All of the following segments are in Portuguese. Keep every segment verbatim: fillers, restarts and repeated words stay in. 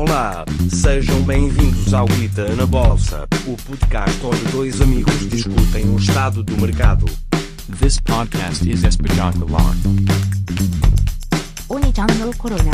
Olá, sejam bem-vindos ao Guita na Bolsa, o podcast onde dois amigos discutem o estado do mercado. This podcast is espetacular. Oni-chan no Corona.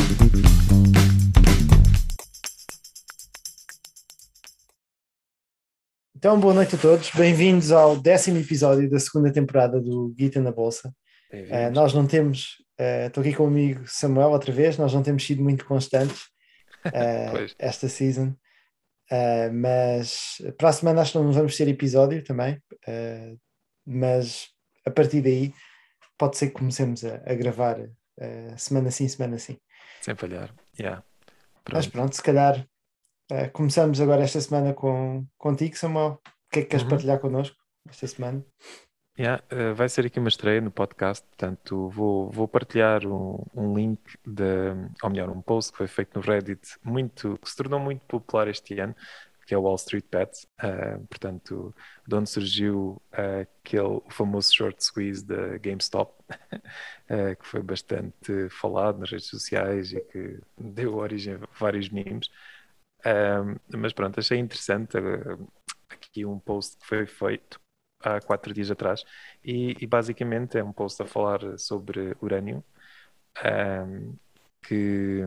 Então, boa noite a todos. Bem-vindos ao décimo episódio da segunda temporada do Guita na Bolsa. Uh, nós não temos, uh, estou aqui com o amigo Samuel outra vez, nós não temos sido muito constantes uh, esta season, uh, mas para a semana acho que não vamos ter episódio também, uh, mas a partir daí pode ser que comecemos a, a gravar uh, semana sim, semana sim. Sem falhar, yeah. Pronto. Mas pronto, se calhar uh, começamos agora esta semana com, contigo, Samuel. O que é que queres uhum. partilhar connosco esta semana? Yeah, uh, vai ser aqui uma estreia no podcast, portanto vou, vou partilhar um, um link, de, ou melhor, um post que foi feito no Reddit, muito, que se tornou muito popular este ano, que é o Wall Street Bets, uh, portanto, de onde surgiu uh, aquele o famoso short squeeze da GameStop, uh, que foi bastante falado nas redes sociais e que deu origem a vários memes. Uh, mas pronto, achei interessante uh, aqui um post que foi feito há quatro dias atrás e, e basicamente é um post a falar sobre urânio um, que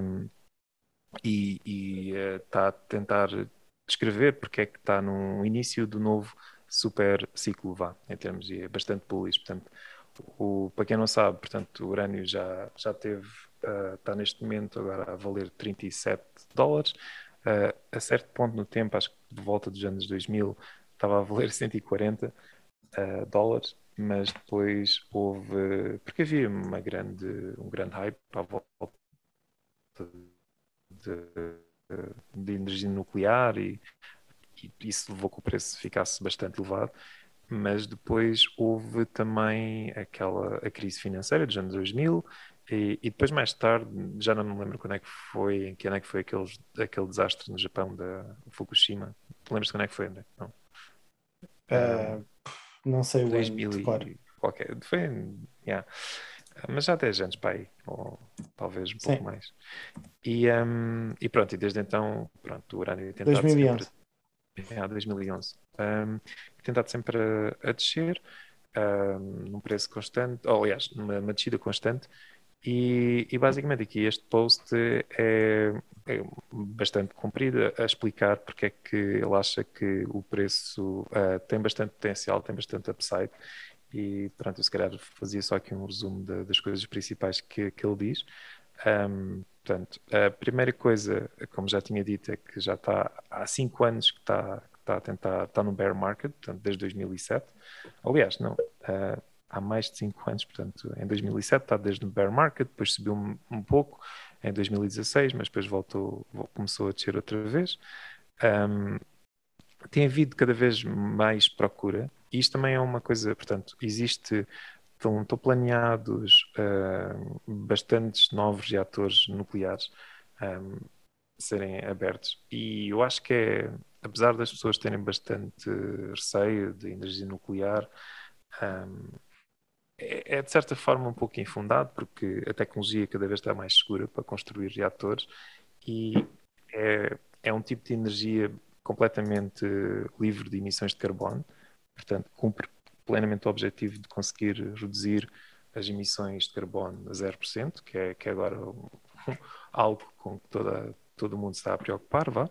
e está uh, a tentar descrever porque é que está no início do novo super ciclo vá, em termos e é bastante bullish. Portanto, o, para quem não sabe, portanto, o urânio já, já teve, uh, está neste momento agora a valer trinta e sete dólares, uh, a certo ponto no tempo, acho que de volta dos anos dois mil estava a valer cento e quarenta Uh, dólares, mas depois houve, porque havia uma grande, um grande hype à volta de, de energia nuclear e, e isso levou que o preço ficasse bastante elevado, mas depois houve também aquela a crise financeira dos anos dois mil e, e depois mais tarde, já não me lembro quando é que foi, em que ano é que foi aquele, aquele desastre no Japão da Fukushima. Lembras-te quando é que foi, André? Não? Uh... Uh... Não sei o dois ano, mil de cor. Qualquer, foi, yeah. Mas já há dez anos, pai, ou talvez um pouco Sim. mais. E, um, e pronto, e desde então, pronto, o urânio tem tentado dois mil e onze. sempre... É, dois mil e onze. Um, tentado sempre a, a descer, um, num preço constante, ou aliás, numa, numa descida constante, e, e basicamente aqui este post é, é bastante comprido a explicar porque é que ele acha que o preço uh, tem bastante potencial, tem bastante upside e pronto, eu se calhar fazia só aqui um resumo de, das coisas principais que, que ele diz. Um, portanto, a primeira coisa, como já tinha dito, é que já está há cinco anos que está, que está a tentar, está no bear market, portanto desde dois mil e sete. Aliás, não... Uh, há mais de cinco anos, portanto, em dois mil e sete está desde o bear market, depois subiu um, um pouco em dois mil e dezasseis, mas depois voltou, começou a descer outra vez. Um, tem havido cada vez mais procura, e isto também é uma coisa, portanto, existe, estão, estão planeados uh, bastantes novos reatores nucleares um, serem abertos, e eu acho que é, apesar das pessoas terem bastante receio de energia nuclear, um, é de certa forma um pouco infundado, porque a tecnologia cada vez está mais segura para construir reatores e é, é um tipo de energia completamente livre de emissões de carbono, portanto cumpre plenamente o objetivo de conseguir reduzir as emissões de carbono a zero por cento, que é, que é agora um, algo com que toda, todo o mundo está a preocupar, vá.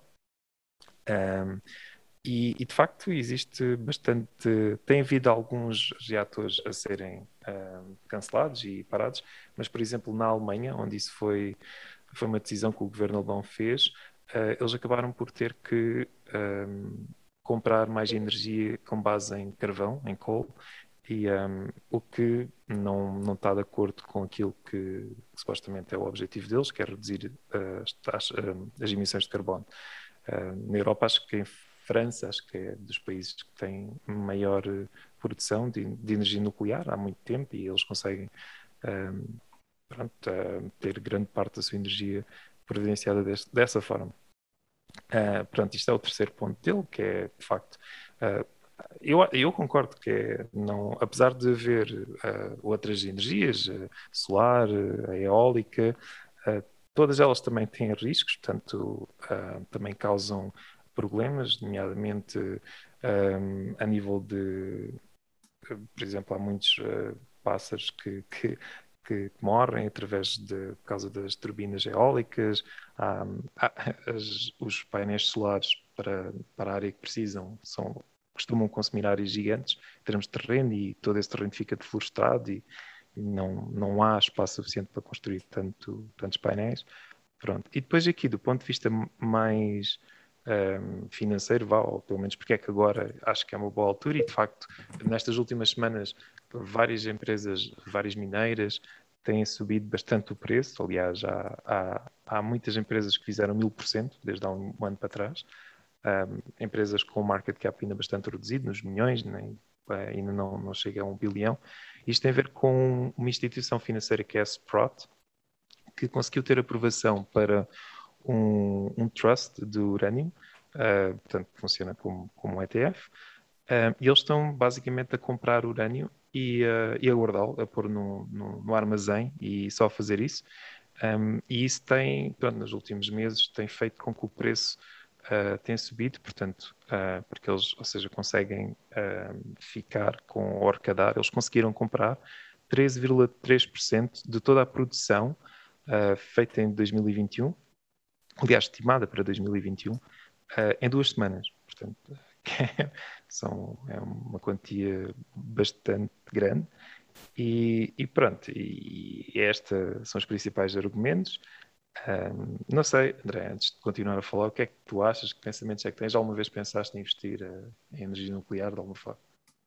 Um, E, e de facto existe bastante, tem havido alguns reatores a serem uh, cancelados e parados, mas por exemplo na Alemanha, onde isso foi, foi uma decisão que o governo alemão fez, uh, eles acabaram por ter que um, comprar mais energia com base em carvão, em coal, e um, o que não, não está de acordo com aquilo que, que supostamente é o objetivo deles, que é reduzir uh, as, taxas, uh, as emissões de carbono. Uh, na Europa acho que em França, acho que é dos países que têm maior produção de, de energia nuclear há muito tempo e eles conseguem um, pronto, uh, ter grande parte da sua energia providenciada deste, dessa forma. Uh, pronto, isto é o terceiro ponto dele, que é, de facto, uh, eu, eu concordo que é, não, apesar de haver uh, outras energias, uh, solar, uh, a eólica, uh, todas elas também têm riscos, portanto, uh, também causam problemas, nomeadamente um, a nível de, por exemplo, há muitos uh, pássaros que, que, que morrem através de, por causa das turbinas eólicas, há, há, as, os painéis solares para, para a área que precisam são, costumam consumir áreas gigantes em termos de terreno e todo esse terreno fica deflorestado e, e não, não há espaço suficiente para construir tanto, tantos painéis. Pronto. E depois aqui, do ponto de vista mais um, financeiro, vá, ou pelo menos porque é que agora acho que é uma boa altura e, de facto, nestas últimas semanas, várias empresas, várias mineiras, têm subido bastante o preço. Aliás, há, há, há muitas empresas que fizeram mil por cento desde há um, um ano para trás. Um, empresas com market cap ainda bastante reduzido, nos milhões, nem, ainda não, não chega a um bilhão. Isto tem a ver com uma instituição financeira que é a Sprott, que conseguiu ter aprovação para um, um trust de urânio, uh, portanto funciona como, como um E T F, uh, e eles estão basicamente a comprar urânio e, uh, e a guardá-lo, a pôr no, no, no armazém e só a fazer isso. Um, e isso tem, pronto, nos últimos meses, tem feito com que o preço uh, tenha subido, portanto, uh, porque eles, ou seja, conseguem uh, ficar com o arrecadar, eles conseguiram comprar treze vírgula três por cento de toda a produção Uh, feita em dois mil e vinte e um, aliás, estimada para dois mil e vinte e um, uh, em duas semanas. Portanto, são, é uma quantia bastante grande. E, e pronto, e, e estes são os principais argumentos. Um, não sei, André, antes de continuar a falar, o que é que tu achas, que pensamentos é que tens? Alguma vez pensaste em investir uh, em energia nuclear de alguma forma?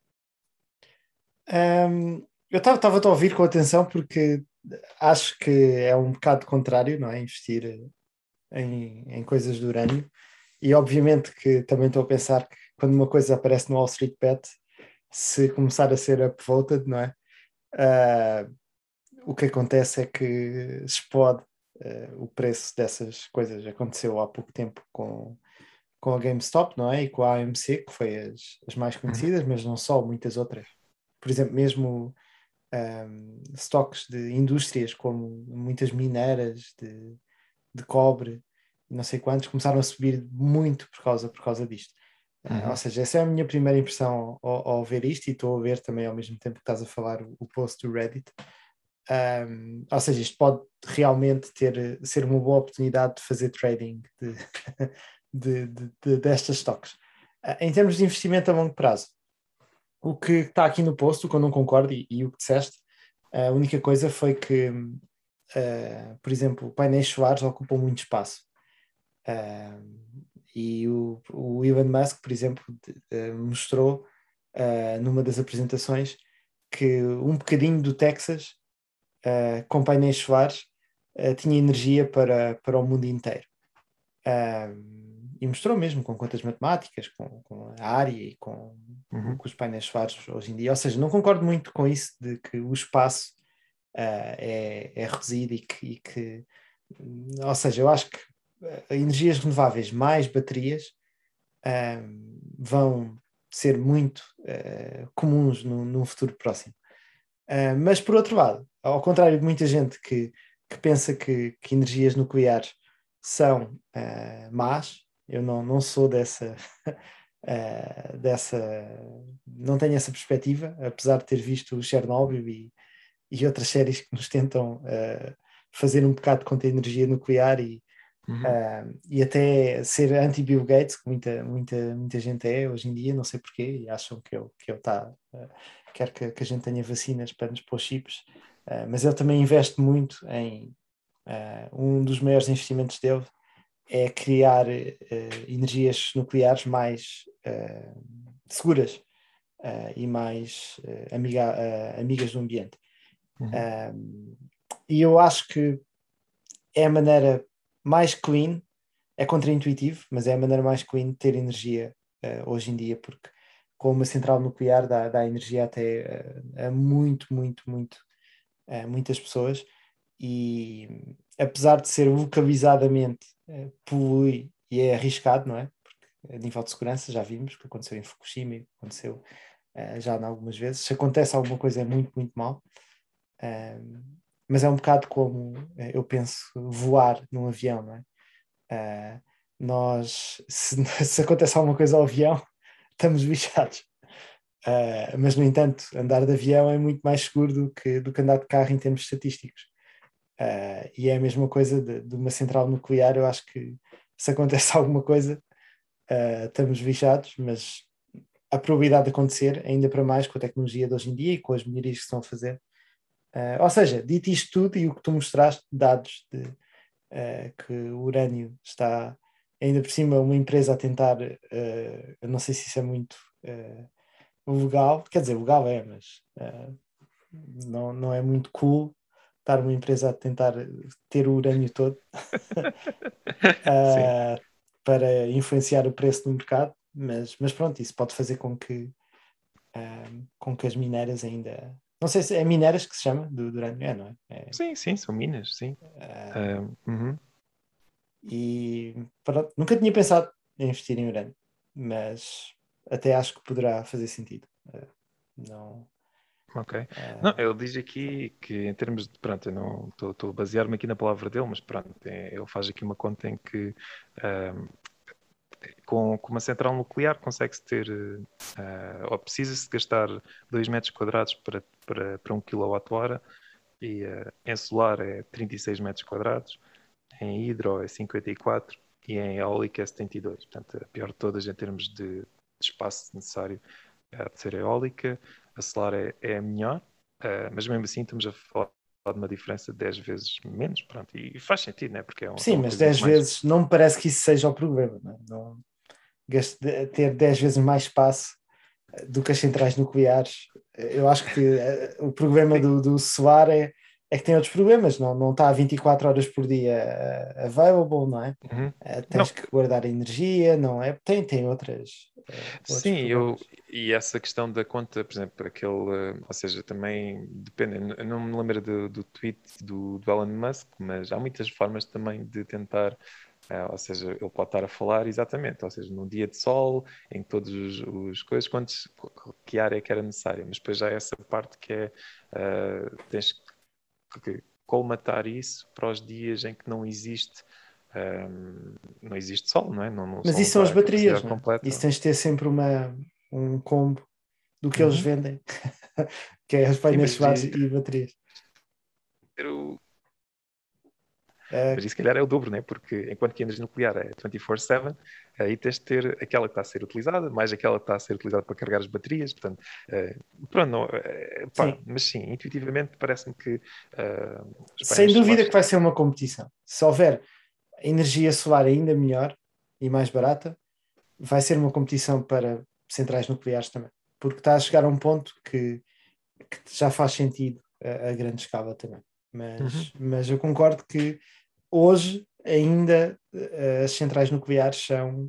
Um, eu estava a ouvir com atenção porque acho que é um bocado contrário, não é? Investir em, em coisas de urânio. E obviamente que também estou a pensar que quando uma coisa aparece no Wall Street Bet, se começar a ser upvoted, não é? Uh, o que acontece é que explode uh, o preço dessas coisas. Aconteceu há pouco tempo com, com a GameStop, não é? E com a A M C, que foi as, as mais conhecidas, mas não só, muitas outras. Por exemplo, mesmo um, estoques de indústrias como muitas mineiras de, de cobre, não sei quantos, começaram a subir muito por causa, por causa disto. Uhum. Uh, ou seja, essa é a minha primeira impressão ao, ao ver isto, e estou a ver também ao mesmo tempo que estás a falar o, o post do Reddit. Um, ou seja, isto pode realmente ter, ser uma boa oportunidade de fazer trading de, de, de, de, destas stocks. Uh, em termos de investimento a longo prazo, o que está aqui no post, o que eu não concordo, e, e o que disseste, a única coisa foi que, uh, por exemplo, painéis solares ocupam muito espaço. Uh, e o, o Elon Musk, por exemplo, de, uh, mostrou uh, numa das apresentações que um bocadinho do Texas, uh, com painéis solares, uh, tinha energia para, para o mundo inteiro. Uh, e mostrou mesmo com contas matemáticas, com, com a área e com, uhum. com os painéis solares hoje em dia. Ou seja, não concordo muito com isso de que o espaço uh, é, é reduzido e que, e que... Ou seja, eu acho que energias renováveis mais baterias uh, vão ser muito uh, comuns no, no futuro próximo. Uh, mas, por outro lado, ao contrário de muita gente que, que pensa que, que energias nucleares são uh, más, eu não, não sou dessa, uh, dessa... não tenho essa perspectiva, apesar de ter visto o Chernobyl e, e outras séries que nos tentam uh, fazer um bocado contra a energia nuclear e Uhum. Uh, e até ser anti-Bill Gates, que muita, muita, muita gente é hoje em dia, não sei porquê, e acham que ele, que ele tá, uh, quer que, que a gente tenha vacinas para nos pôr chips, uh, mas ele também investe muito em, uh, um dos maiores investimentos dele é criar uh, energias nucleares mais uh, seguras uh, e mais uh, amiga, uh, amigas do ambiente. Uhum. Uh, e eu acho que é a maneira mais clean, é contraintuitivo, mas é a maneira mais clean de ter energia uh, hoje em dia, porque com uma central nuclear dá, dá energia até uh, a muito, muito, muito, uh, muitas pessoas, e apesar de ser localizadamente uh, polui e é arriscado, não é? Porque a nível de segurança já vimos que aconteceu em Fukushima, aconteceu uh, já em algumas vezes, se acontece alguma coisa é muito, muito mal. Uh, mas é um bocado como, eu penso, voar num avião, não é? Uh, nós, se, se acontece alguma coisa ao avião, estamos bichados. Uh, mas, no entanto, andar de avião é muito mais seguro do que, do que andar de carro em termos estatísticos. Uh, e é a mesma coisa de, de uma central nuclear. Eu acho que se acontece alguma coisa, uh, estamos bichados, mas a probabilidade de acontecer, ainda para mais com a tecnologia de hoje em dia e com as melhorias que se estão a fazer. Uh, ou seja, dito isto tudo e o que tu mostraste, dados de uh, que o urânio está, ainda por cima, uma empresa a tentar, uh, eu não sei se isso é muito uh, legal, quer dizer, legal é, mas uh, não, não é muito cool estar uma empresa a tentar ter o urânio todo uh, para influenciar o preço no mercado, mas, mas pronto, isso pode fazer com que, uh, com que as minérias ainda... Não sei se é minérias que se chama do, do urânio, é, não é? é sim, sim, são minas, sim. uh, Uh, uhum. E pronto, nunca tinha pensado em investir em urânio, mas até acho que poderá fazer sentido. Uh, não... Ok. Uh, não, ele diz aqui que em termos de, pronto, eu não estou a basear-me aqui na palavra dele, mas pronto, é, ele faz aqui uma conta em que um, com, com uma central nuclear consegue-se ter, uh, ou precisa-se gastar dois metros quadrados para, para, para um quilowatt-hora e uh, em solar é trinta e seis metros quadrados, em hidro é cinquenta e quatro e em eólica é setenta e dois. Portanto, a pior de todas em termos de, de espaço necessário uh, de ser eólica. A solar é, é a melhor, uh, mas mesmo assim estamos a falar de uma diferença de dez vezes menos, pronto, e, e faz sentido, né? Porque é, um, sim, é uma mas coisa dez muito mais... vezes não me parece que isso seja o problema. Não, é? Não, ter dez vezes mais espaço do que as centrais nucleares. Eu acho que uh, o problema do, do solar é, é que tem outros problemas, não, não está vinte e quatro horas por dia uh, available, não é? Uhum. Uh, tens Não. que guardar energia, não é? Tem, tem outras, uh, outros Sim, problemas. eu, e essa questão da conta, por exemplo, aquele, uh, ou seja, também depende, eu não me lembro do, do tweet do, do Elon Musk, mas há muitas formas também de tentar, uh, ou seja, ele pode estar a falar exatamente, ou seja, num dia de sol, em todos os, os coisas, quantos, que área é que era necessária, mas depois já há essa parte que é, uh, tens que colmatar isso para os dias em que não existe um, não existe sol, não é? Não, não, Mas sol não isso são está as a baterias, capacidade não é? completa. Isso tens de ter sempre uma, um combo do que eles Uhum. vendem, que é os Sim, painéis mas solares e, e baterias. o, Uh, mas isso, se calhar, é o dobro, né? Porque enquanto que a energia nuclear é vinte e quatro sete, aí tens de ter aquela que está a ser utilizada, mais aquela que está a ser utilizada para carregar as baterias. Portanto, uh, pronto, não, uh, pá, sim, mas sim, intuitivamente parece-me que uh, os sem painéis dúvida que solares. vai ser uma competição. Se houver energia solar ainda melhor e mais barata, vai ser uma competição para centrais nucleares também, porque está a chegar a um ponto que, que já faz sentido a, a grande escala também. Uhum. Mas, mas eu concordo que hoje ainda uh, as centrais nucleares são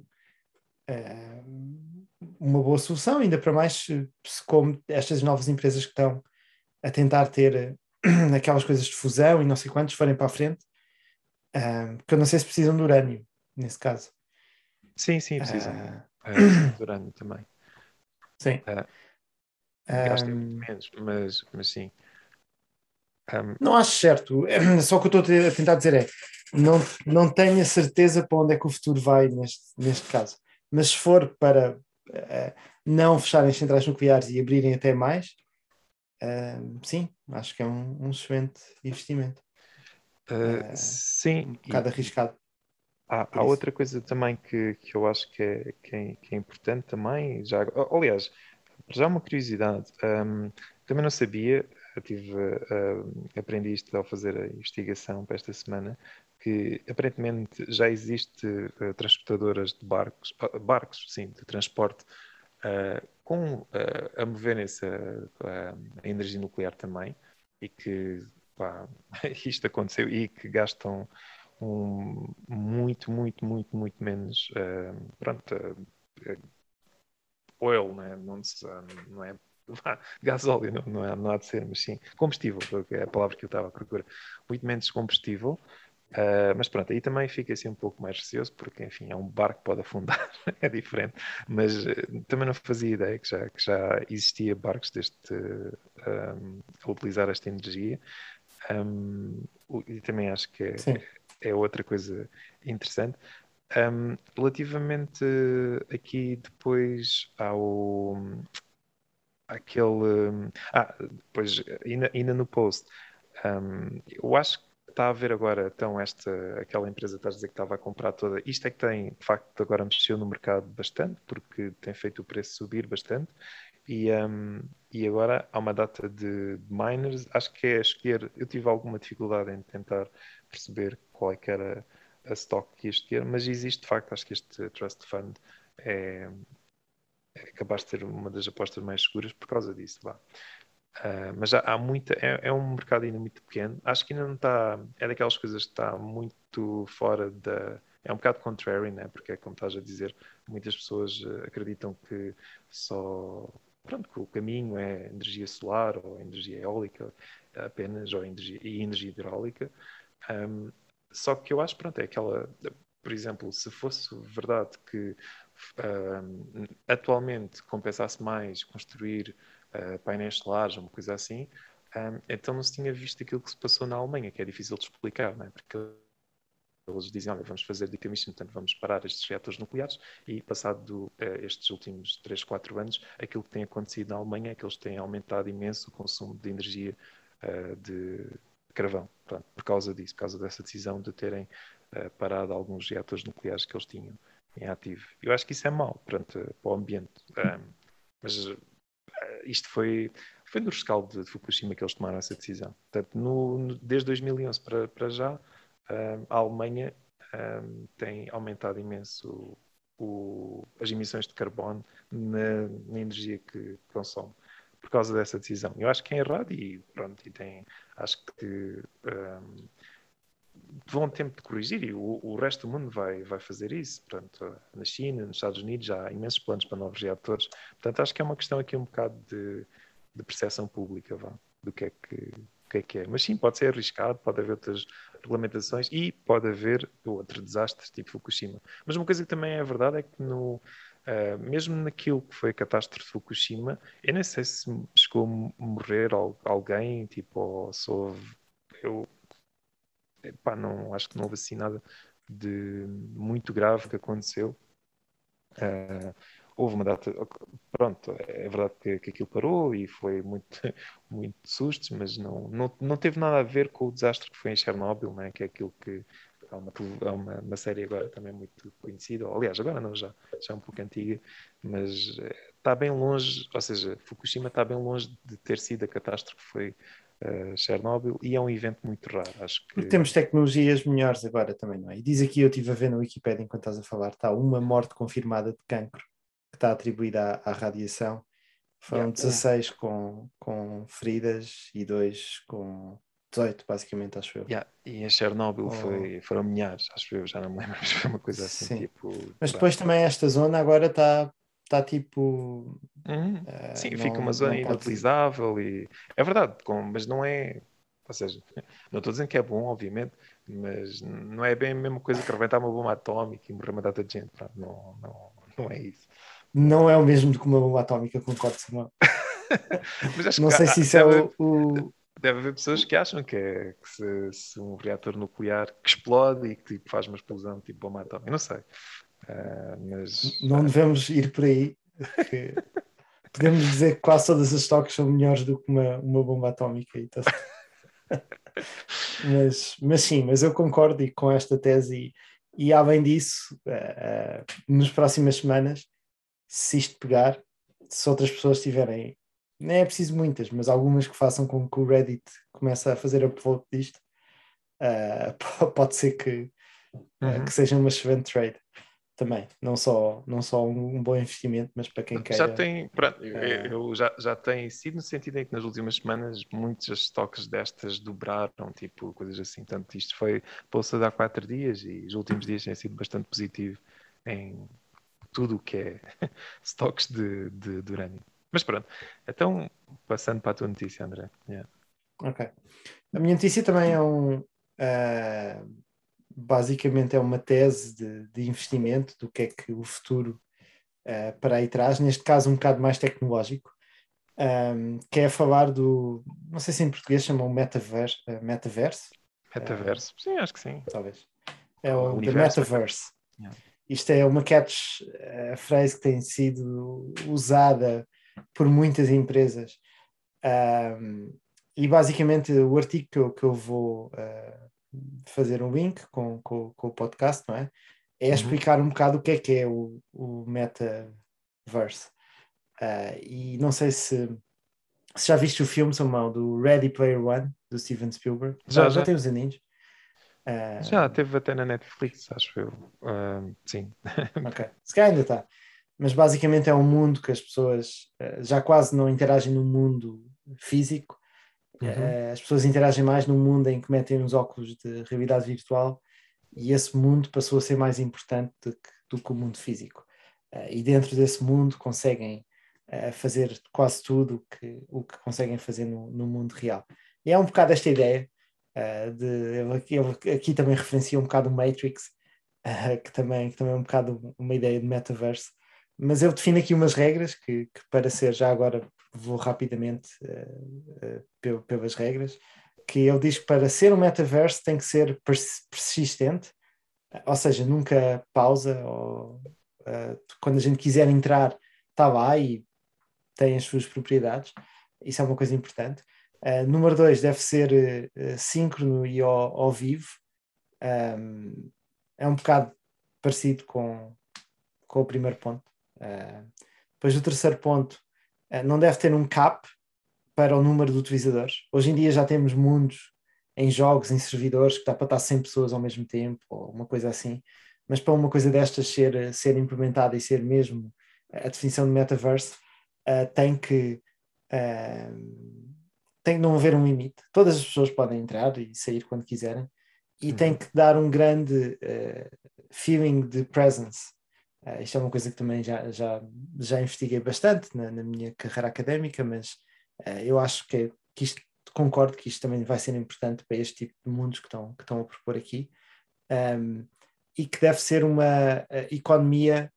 uh, uma boa solução, ainda para mais se, se como estas novas empresas que estão a tentar ter uh, aquelas coisas de fusão e não sei quantos forem para a frente, uh, porque eu não sei se precisam de urânio nesse caso. Sim, sim, precisam. Uh, Uh, precisam de urânio também. sim. Uh, gastem muito Um, menos, mas, mas sim. Um, não acho certo. Só o que eu estou a tentar dizer é não, não tenho a certeza para onde é que o futuro vai neste, neste caso. Mas se for para uh, não fecharem as centrais nucleares e abrirem até mais, uh, sim, acho que é um, um excelente investimento. uh, Uh, sim, um e, bocado arriscado. Há, Por há isso. outra coisa também que, que eu acho que é, que é, que é importante também, já, aliás, já uma curiosidade, hum, também não sabia, eu tive, hum, aprendi isto ao fazer a investigação para esta semana, que aparentemente já existe uh, transportadoras de barcos, uh, barcos, sim, de transporte, uh, com, uh, a moverem-se a, a, a energia nuclear também, e que, pá, isto aconteceu, e que gastam um, muito, muito, muito, muito menos uh, pronto, uh, oil, né? Não, não é gasóleo, não, não, é, não há de ser, mas sim combustível, que é a palavra que eu estava a procurar. Muito menos combustível, uh, mas pronto, aí também fica assim um pouco mais receoso, porque enfim, é um barco que pode afundar, é diferente, mas uh, também não fazia ideia que já, que já existia barcos deste, uh, um, a utilizar esta energia. Um, e também acho que é, Sim. é outra coisa interessante. Um, relativamente aqui depois ao aquele ah, depois ainda, ainda no post, um, eu acho que está a ver agora então esta, aquela empresa estás a dizer que estava a comprar toda, isto é que tem de facto agora mexeu no mercado bastante porque tem feito o preço subir bastante e, um, e agora há uma data de miners, acho que é a escolher, eu tive alguma dificuldade em tentar perceber qual é que era a stock que ia escolher, mas existe de facto, acho que este Trust Fund é, é capaz de ter uma das apostas mais seguras por causa disso, vá. Uh, mas já há muita, é, é um mercado ainda muito pequeno. Acho que ainda não está, é daquelas coisas que está muito fora da. É um bocado contrary, né? Porque é como estás a dizer, muitas pessoas uh, acreditam que só. Pronto, que o caminho é energia solar ou energia eólica apenas, ou energia, e energia hidráulica. Um, só que eu acho, pronto, é aquela. Por exemplo, se fosse verdade que um, atualmente compensasse mais construir uh, painéis solares, uma coisa assim, um, então não se tinha visto aquilo que se passou na Alemanha, que é difícil de explicar, não é? Porque eles dizem, olha, vamos fazer decommission, portanto vamos parar estes reatores nucleares e passado uh, estes últimos três, quatro anos, aquilo que tem acontecido na Alemanha é que eles têm aumentado imenso o consumo de energia uh, de carvão, portanto, por causa disso, por causa dessa decisão de terem uh, parado alguns reatores nucleares que eles tinham em ativo. Eu acho que isso é mau, portanto, para o ambiente. Um, mas uh, isto foi, foi no rescaldo de Fukushima que eles tomaram essa decisão. Portanto, no, no, desde dois mil e onze para, para já, um, a Alemanha um, tem aumentado imenso o, as emissões de carbono na, na energia que consome por causa dessa decisão. Eu acho que é errado e pronto, e tem, acho que um, vão ter tempo de corrigir e o, o resto do mundo vai, vai fazer isso. Portanto, na China, nos Estados Unidos, já há imensos planos para novos reatores. Portanto, acho que é uma questão aqui um bocado de, de percepção pública, vá, do que é que, o que é que é. Mas sim, pode ser arriscado, pode haver outras regulamentações e pode haver outros desastres, tipo Fukushima. Mas uma coisa que também é verdade é que no, uh, mesmo naquilo que foi a catástrofe de Fukushima, eu nem sei se chegou a morrer alguém, tipo, ou se houve... Eu, Epá, não, acho que não houve assim nada de muito grave que aconteceu. Uh, houve uma data, pronto, é verdade que, que aquilo parou e foi muito, muito sustos, mas não, não, não teve nada a ver com o desastre que foi em Chernobyl, né? Que é aquilo que há uma, há uma, uma série agora também muito conhecida, aliás, agora não, já, já é um pouco antiga, mas está bem longe, ou seja, Fukushima está bem longe de ter sido a catástrofe que foi Uh, Chernobyl, e é um evento muito raro, acho que... Porque temos tecnologias melhores agora também, não é? E diz aqui, eu estive a ver no Wikipedia enquanto estás a falar, está uma morte confirmada de cancro que está atribuída à, à radiação. Foram Yeah. dezasseis com, com feridas e dois com dezoito, basicamente, acho eu. Yeah. E em Chernobyl Oh. foi, foram milhares, acho eu, já não me lembro, mas foi uma coisa assim, Sim. tipo... Mas depois também esta zona agora está tá, tipo... Uhum. Uh, Sim, não, fica uma zona não pode... inutilizável e... É verdade, com, mas não é... Ou seja, não estou dizendo que é bom, obviamente, mas não é bem a mesma coisa que rebentar uma bomba atómica e morrer uma data de gente. Não, não, não é isso. Não é o mesmo do que uma bomba atómica, concordo, Samuel. Mas acho não que sei há, se isso deve, é o, o... deve haver pessoas que acham que, é, que se, se um reator nuclear que explode e que tipo, faz uma explosão tipo bomba atómica. Não sei. Uh, mas, não devemos ir por aí. Que podemos dizer que quase todas as stocks são melhores do que uma, uma bomba atómica. Então... mas, mas sim, mas eu concordo e com esta tese e, e além disso, uh, uh, nas próximas semanas, se isto pegar, se outras pessoas tiverem, não é preciso muitas, mas algumas que façam com que o Reddit comece a fazer upvote disto, uh, pode ser que, uhum. uh, que seja uma excelente trade também, não só, não só um, um bom investimento, mas para quem queira... Já tem, pronto, uh... eu já, já tem sido no sentido em que nas últimas semanas muitas stocks destas dobraram, tipo, coisas assim, tanto isto foi posto há quatro dias e os últimos dias têm sido bastante positivo em tudo o que é stocks de, de, de urânio. Mas pronto, então passando para a tua notícia, André. Yeah. Ok. A minha notícia também é um... Uh, basicamente é uma tese de, de investimento do que é que o futuro uh, para aí traz, neste caso um bocado mais tecnológico. um, que é a falar do, não sei se em português chamam metaverso, uh, metaverso. Metaverso? Uh, sim, acho que sim. Talvez. É o, o The Metaverse. Yeah. Isto é uma catch uh, phrase que tem sido usada por muitas empresas. Um, e basicamente o artigo que eu, que eu vou uh, fazer um link com, com, com o podcast, não é? É Uhum. explicar um bocado o que é que é o, o Metaverse. Uh, e não sei se, se já viste o filme, Samuel, do Ready Player One, do Steven Spielberg. Já, ah, já. já tem os aninhos. Uh, já, teve até na Netflix, acho eu. Uh, sim. Ok, se calhar ainda está. Mas basicamente é um mundo que as pessoas uh, já quase não interagem no mundo físico. Uhum. Uh, as pessoas interagem mais num mundo em que metem uns óculos de realidade virtual, e esse mundo passou a ser mais importante do que, do que o mundo físico. Uh, e dentro desse mundo conseguem uh, fazer quase tudo que, o que conseguem fazer no, no mundo real. E é um bocado esta ideia uh, de... Eu aqui, eu aqui também referencio um bocado o Matrix, uh, que, também, que também é um bocado uma ideia de metaverso. Mas eu defino aqui umas regras que, que para ser, já agora vou rapidamente uh, uh, pelas regras, que ele diz que para ser um metaverso tem que ser persistente, ou seja, nunca pausa, ou, uh, quando a gente quiser entrar, está lá e tem as suas propriedades. Isso é uma coisa importante. Uh, número dois, deve ser uh, síncrono e ao, ao vivo. Um, é um bocado parecido com, com o primeiro ponto. Uh, depois o terceiro ponto, uh, não deve ter um cap para o número de utilizadores. Hoje em dia já temos mundos em jogos, em servidores, que dá para estar cem pessoas ao mesmo tempo, ou uma coisa assim, mas para uma coisa destas ser, ser implementada e ser mesmo a definição de metaverse, uh, tem que uh, tem que não haver um limite. Todas as pessoas podem entrar e sair quando quiserem, e Uhum. tem que dar um grande uh, feeling de presence. Uh, isto é uma coisa que também já, já, já investiguei bastante na, na minha carreira académica, mas uh, eu acho que, que isto, concordo que isto também vai ser importante para este tipo de mundos que estão, que estão a propor aqui, um, e que deve ser uma uh, economia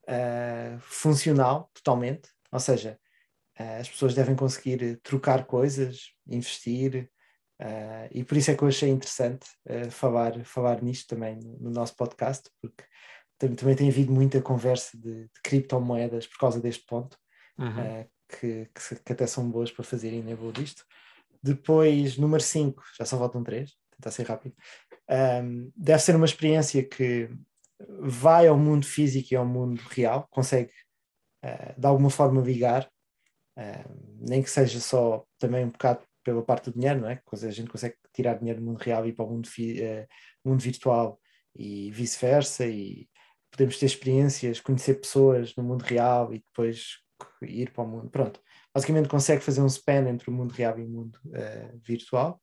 uh, funcional totalmente, ou seja, uh, as pessoas devem conseguir trocar coisas, investir, uh, e por isso é que eu achei interessante uh, falar, falar nisto também no, no nosso podcast, porque também tem havido muita conversa de, de criptomoedas por causa deste ponto, Uhum. uh, que, que, que até são boas para fazer enable disto. Depois, número cinco, já só faltam três, tentar ser rápido, um, deve ser uma experiência que vai ao mundo físico e ao mundo real, consegue uh, de alguma forma ligar, uh, nem que seja só também um bocado pela parte do dinheiro, não é? Porque a gente consegue tirar dinheiro do mundo real e ir para o mundo, fi, uh, mundo virtual e vice-versa, e podemos ter experiências, conhecer pessoas no mundo real e depois ir para o mundo, pronto. Basicamente consegue fazer um span entre o mundo real e o mundo uh, virtual,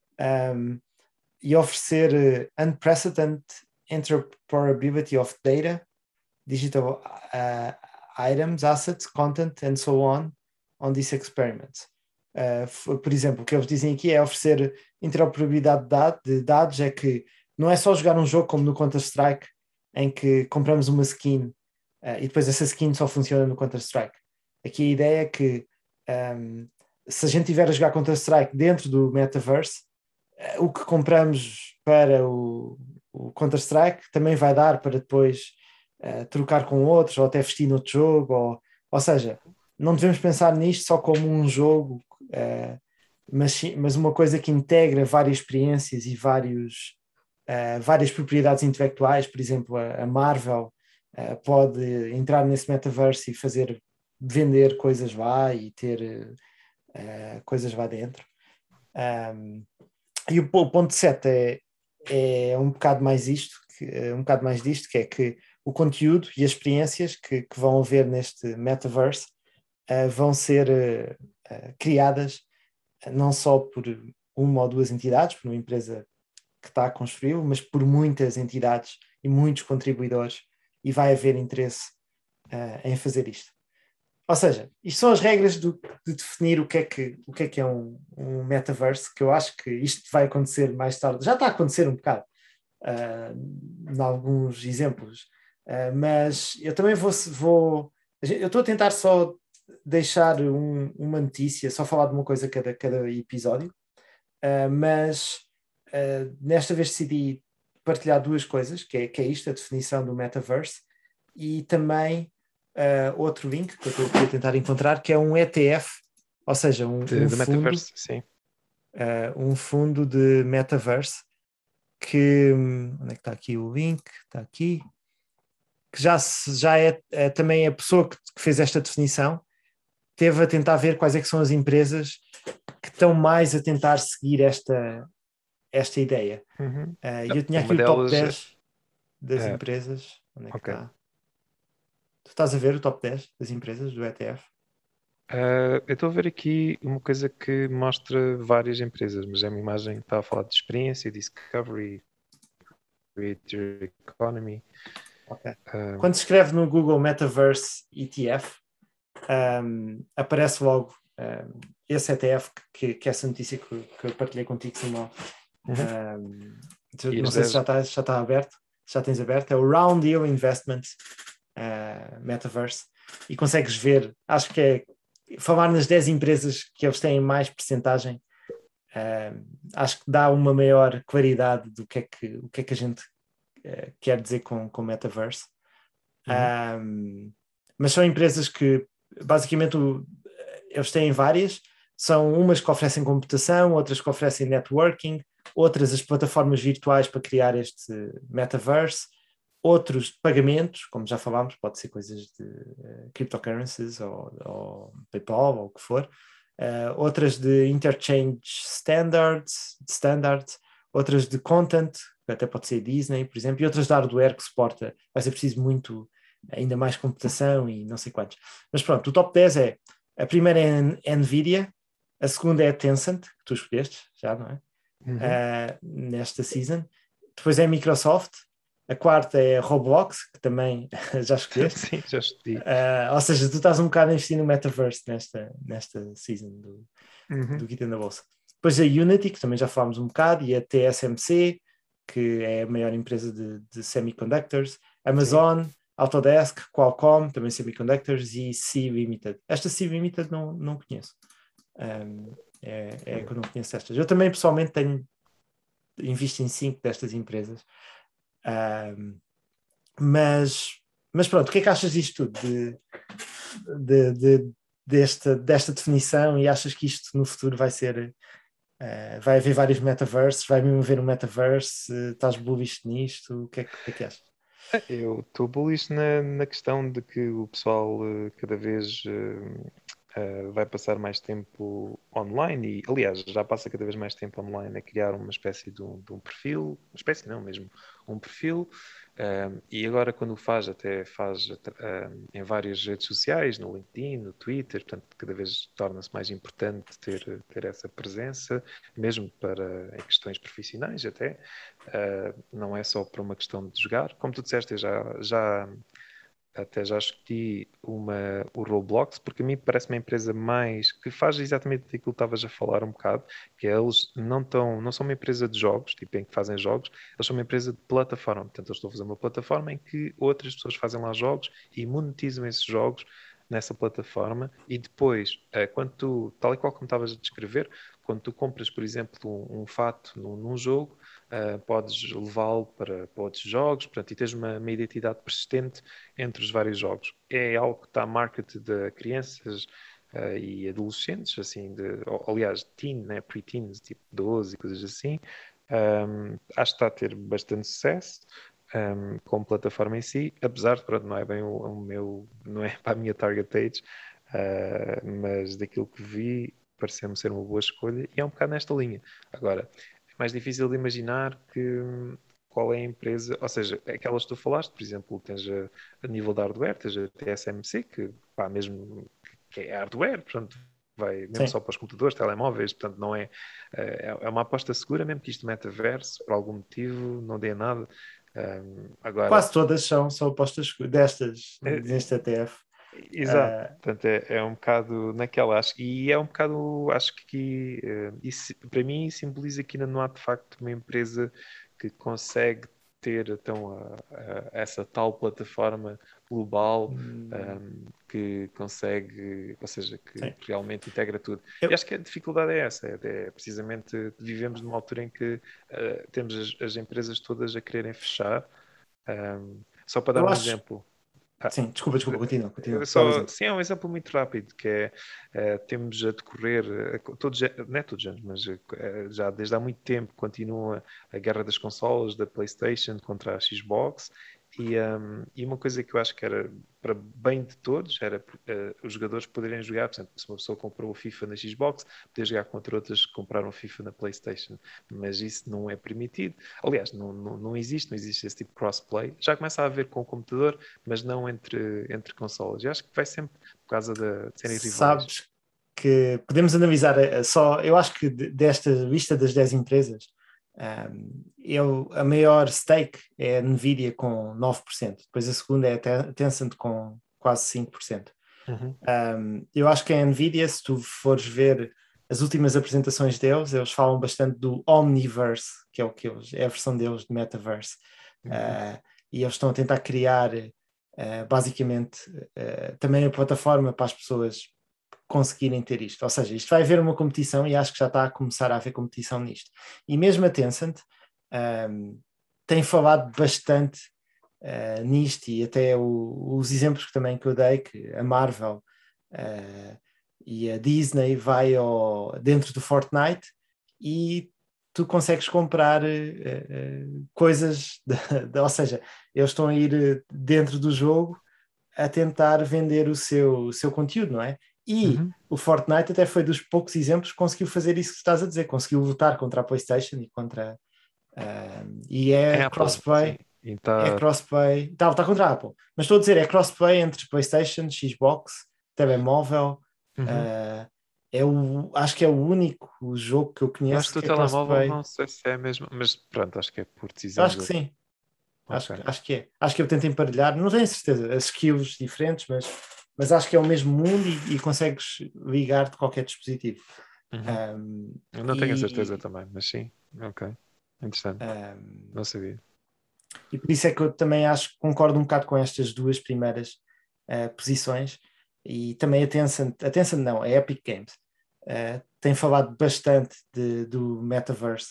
um, e oferecer uh, unprecedented interoperability of data, digital uh, items, assets, content, and so on, on this experiment. Uh, por exemplo, o que eles dizem aqui é oferecer interoperabilidade de dados, de dados, é que não é só jogar um jogo como no Counter-Strike, em que compramos uma skin uh, e depois essa skin só funciona no Counter-Strike. Aqui a ideia é que um, se a gente estiver a jogar Counter-Strike dentro do Metaverse, uh, o que compramos para o, o Counter-Strike também vai dar para depois uh, trocar com outros, ou até vestir no outro jogo, ou, ou seja, não devemos pensar nisto só como um jogo, uh, mas, mas uma coisa que integra várias experiências e vários, uh, várias propriedades intelectuais. Por exemplo, a, a Marvel uh, pode entrar nesse Metaverse e fazer vender coisas lá e ter uh, coisas lá dentro. Um, e o, o ponto sete é, é um bocado mais isto, que, um bocado mais disto, que é que o conteúdo e as experiências que, que vão haver neste Metaverse uh, vão ser uh, uh, criadas uh, não só por uma ou duas entidades, por uma empresa que está a construí-lo, mas por muitas entidades e muitos contribuidores, e vai haver interesse uh, em fazer isto. Ou seja, isto são as regras do, de definir o que é que, o que é, que é um, um metaverse, que eu acho que isto vai acontecer mais tarde. Já está a acontecer um bocado, uh, em alguns exemplos, uh, mas eu também vou, vou... Eu estou a tentar só deixar um, uma notícia, só falar de uma coisa cada, cada episódio, uh, mas uh, nesta vez decidi partilhar duas coisas, que é, que é isto, a definição do metaverse, e também uh, outro link que eu estou a tentar encontrar, que é um E T F, ou seja, um, De, um de fundo, metaverse, sim. uh, um fundo de metaverse, que, onde é que está aqui o link? Está aqui, que já, já é, é também a pessoa que, que fez esta definição, teve a tentar ver quais é que são as empresas que estão mais a tentar seguir esta, esta ideia. Uhum. Uh, e eu tinha Uma aqui o top delas, dez das é, empresas. Onde é que ok. está? Tu estás a ver o top dez das empresas do E T F? Uh, eu estou a ver aqui uma coisa que mostra várias empresas, mas é uma imagem que está a falar de experiência, discovery, creator economy. Ok. Uh, Quando se escreve no Google Metaverse E T F, um, aparece logo um, esse E T F que, que essa notícia que, que eu partilhei contigo, Samuel. uhum. Um, E não as sei se dez já está, já está aberto, já tens aberto, é o Round Deal Investment uh, Metaverse, e consegues ver, acho que é falar nas dez empresas que eles têm mais percentagem, uh, acho que dá uma maior claridade do que é que, o que é que a gente uh, quer dizer com, com Metaverse. Uhum. Um, mas são empresas que basicamente o, eles têm várias, são umas que oferecem computação, outras que oferecem networking, outras as plataformas virtuais para criar este metaverse, outros de pagamentos, como já falámos, pode ser coisas de uh, cryptocurrencies ou, ou PayPal ou o que for, uh, outras de interchange standards, standards, outras de content, que até pode ser Disney, por exemplo, e outras de hardware que suporta, vai ser preciso muito, ainda mais computação e não sei quantos. Mas pronto, o top dez é, a primeira é a Nvidia, a segunda é a Tencent, que tu escolheste, já, não é? Uhum. Uh, nesta season. Depois é a Microsoft, a quarta é a Roblox, que também já escolheste. Sim, já escolhi. Uh, ou seja, tu estás um bocado a investir no metaverse nesta, nesta season do, Uhum. do Guita na Bolsa. Depois a Unity, que também já falámos um bocado, e a T S M C, que é a maior empresa de, de semiconductors, Amazon, sim, Autodesk, Qualcomm, também semiconductors, e C Limited. Esta C Limited não, não conheço. Um, é, é que eu não conheço estas. Eu também pessoalmente tenho invisto em cinco destas empresas. Um, mas, mas pronto, o que é que achas disto tudo? De, de, de, desta, desta definição, e achas que isto no futuro vai ser uh, vai haver vários metaverses, vai mesmo haver um metaverse, uh, estás bullish nisto, o que é, o que, é que achas? Eu estou bullish na, na questão de que o pessoal uh, cada vez uh, uh, vai passar mais tempo online e, aliás, já passa cada vez mais tempo online a criar uma espécie de um, de um perfil, uma espécie não, mesmo um perfil, um, e agora quando o faz, até faz um, em várias redes sociais, no LinkedIn, no Twitter, portanto cada vez torna-se mais importante ter, ter essa presença, mesmo para em questões profissionais até, uh, não é só por uma questão de jogar, como tu disseste, eu já, já até já escolhi uma, o Roblox, porque a mim parece uma empresa mais que faz exatamente aquilo que estavas a falar um bocado, que é, eles não, tão, não são uma empresa de jogos, tipo em que fazem jogos, eles são uma empresa de plataforma, portanto eles estão a fazer uma plataforma em que outras pessoas fazem lá jogos e monetizam esses jogos nessa plataforma, e depois, quando tu, tal e qual como estavas a descrever, quando tu compras, por exemplo, um, um fato num, num jogo, uh, podes levá-lo para, para outros jogos, portanto, e tens uma, uma identidade persistente entre os vários jogos. É algo que está marketed a crianças uh, e adolescentes, assim, de, aliás, teen, né, pre-teens, tipo doze e coisas assim. Um, acho que está a ter bastante sucesso. Um, como plataforma em si, apesar de, pronto, não é bem o, o meu, não é para a minha target age, uh, mas daquilo que vi, pareceu-me ser uma boa escolha e é um bocado nesta linha. Agora, é mais difícil de imaginar que qual é a empresa, ou seja, aquelas que tu falaste, por exemplo, tens a, a nível de hardware, tens a T S M C, que pá, mesmo que é hardware, portanto, vai mesmo Sim. só para os computadores, telemóveis, portanto, não é, é, é uma aposta segura, mesmo que isto metaverso, por algum motivo, não dê nada. Um, agora, quase todas são, são apostas destas, é, deste E T F. exato, Uh, portanto é, é um bocado naquela, acho, e é um bocado, acho que uh, isso, para mim simboliza que ainda não há de facto uma empresa que consegue ter então a, a, essa tal plataforma global Hum, um, que consegue, ou seja, que sim. realmente integra tudo. Eu- E acho que a dificuldade é essa, é, é precisamente vivemos numa altura em que uh, temos as, as empresas todas a quererem fechar. Um, só para dar Eu um acho. exemplo. Ah, Sim, desculpa, desculpa, continua, eu continua. Dá o só, exemplo. sim, é um exemplo muito rápido, que é, eh, temos a decorrer, eh, todos, não é todos os anos, mas eh, já desde há muito tempo continua a guerra das consolas, da PlayStation contra a Xbox, e, um, e uma coisa que eu acho que era para bem de todos, era eh, os jogadores poderem jogar, por exemplo, se uma pessoa comprou o FIFA na Xbox, poder jogar contra outras que compraram o FIFA na PlayStation, mas isso não é permitido. Aliás, não, não, não existe, não existe esse tipo de crossplay. Já começa a haver com o computador, mas não entre, entre consolas. Eu acho que vai sempre por causa de, de serem rivais. Sabes que podemos analisar eh, só. Eu acho que de- desta lista das dez empresas, um, eu, a maior stake é a Nvidia com nove por cento. Depois a segunda é a Te- Tencent com quase cinco por cento. Uhum. Um, eu acho que a Nvidia, se tu fores ver as últimas apresentações deles, eles falam bastante do Omniverse, que é o que eles, é a versão deles de Metaverse. Uhum. Uh, e eles estão a tentar criar uh, basicamente uh, também a plataforma para as pessoas conseguirem ter isto. Ou seja, isto vai haver uma competição e acho que já está a começar a haver competição nisto. E mesmo a Tencent um, tem falado bastante uh, nisto e até o, os exemplos que também que eu dei, que a Marvel uh, e a Disney vai ao, dentro do Fortnite e tu consegues comprar uh, uh, coisas, de, de, ou seja, eles estão a ir dentro do jogo a tentar vender o seu, o seu conteúdo, não é? E Uhum. o Fortnite até foi dos poucos exemplos que conseguiu fazer isso que estás a dizer, conseguiu lutar contra a PlayStation e contra uh, e É é Apple, sim. crossplay, E é tá... crossplay, está tá contra a Apple, mas estou a dizer, é crossplay entre PlayStation, Xbox, telemóvel, Uhum. uh, é o, acho que é o único jogo que eu Eu acho conheço que o que é telemóvel crossplay. não sei se é mesmo, mas pronto, acho que é por Eu decisão acho que deles. sim. Acho, Ok. acho que é. Acho que eu tento emparelhar, não tenho certeza, as skills diferentes, mas, mas acho que é o mesmo mundo e, e consegues ligar de qualquer dispositivo. Uhum. Um, Eu não tenho a certeza e, também, mas sim. Ok. Interessante. um, Não sabia. e por isso é que eu também acho que concordo um bocado com estas duas primeiras uh, posições e também a Tencent, a Tencent não, a Epic Games uh, tem falado bastante de, do Metaverse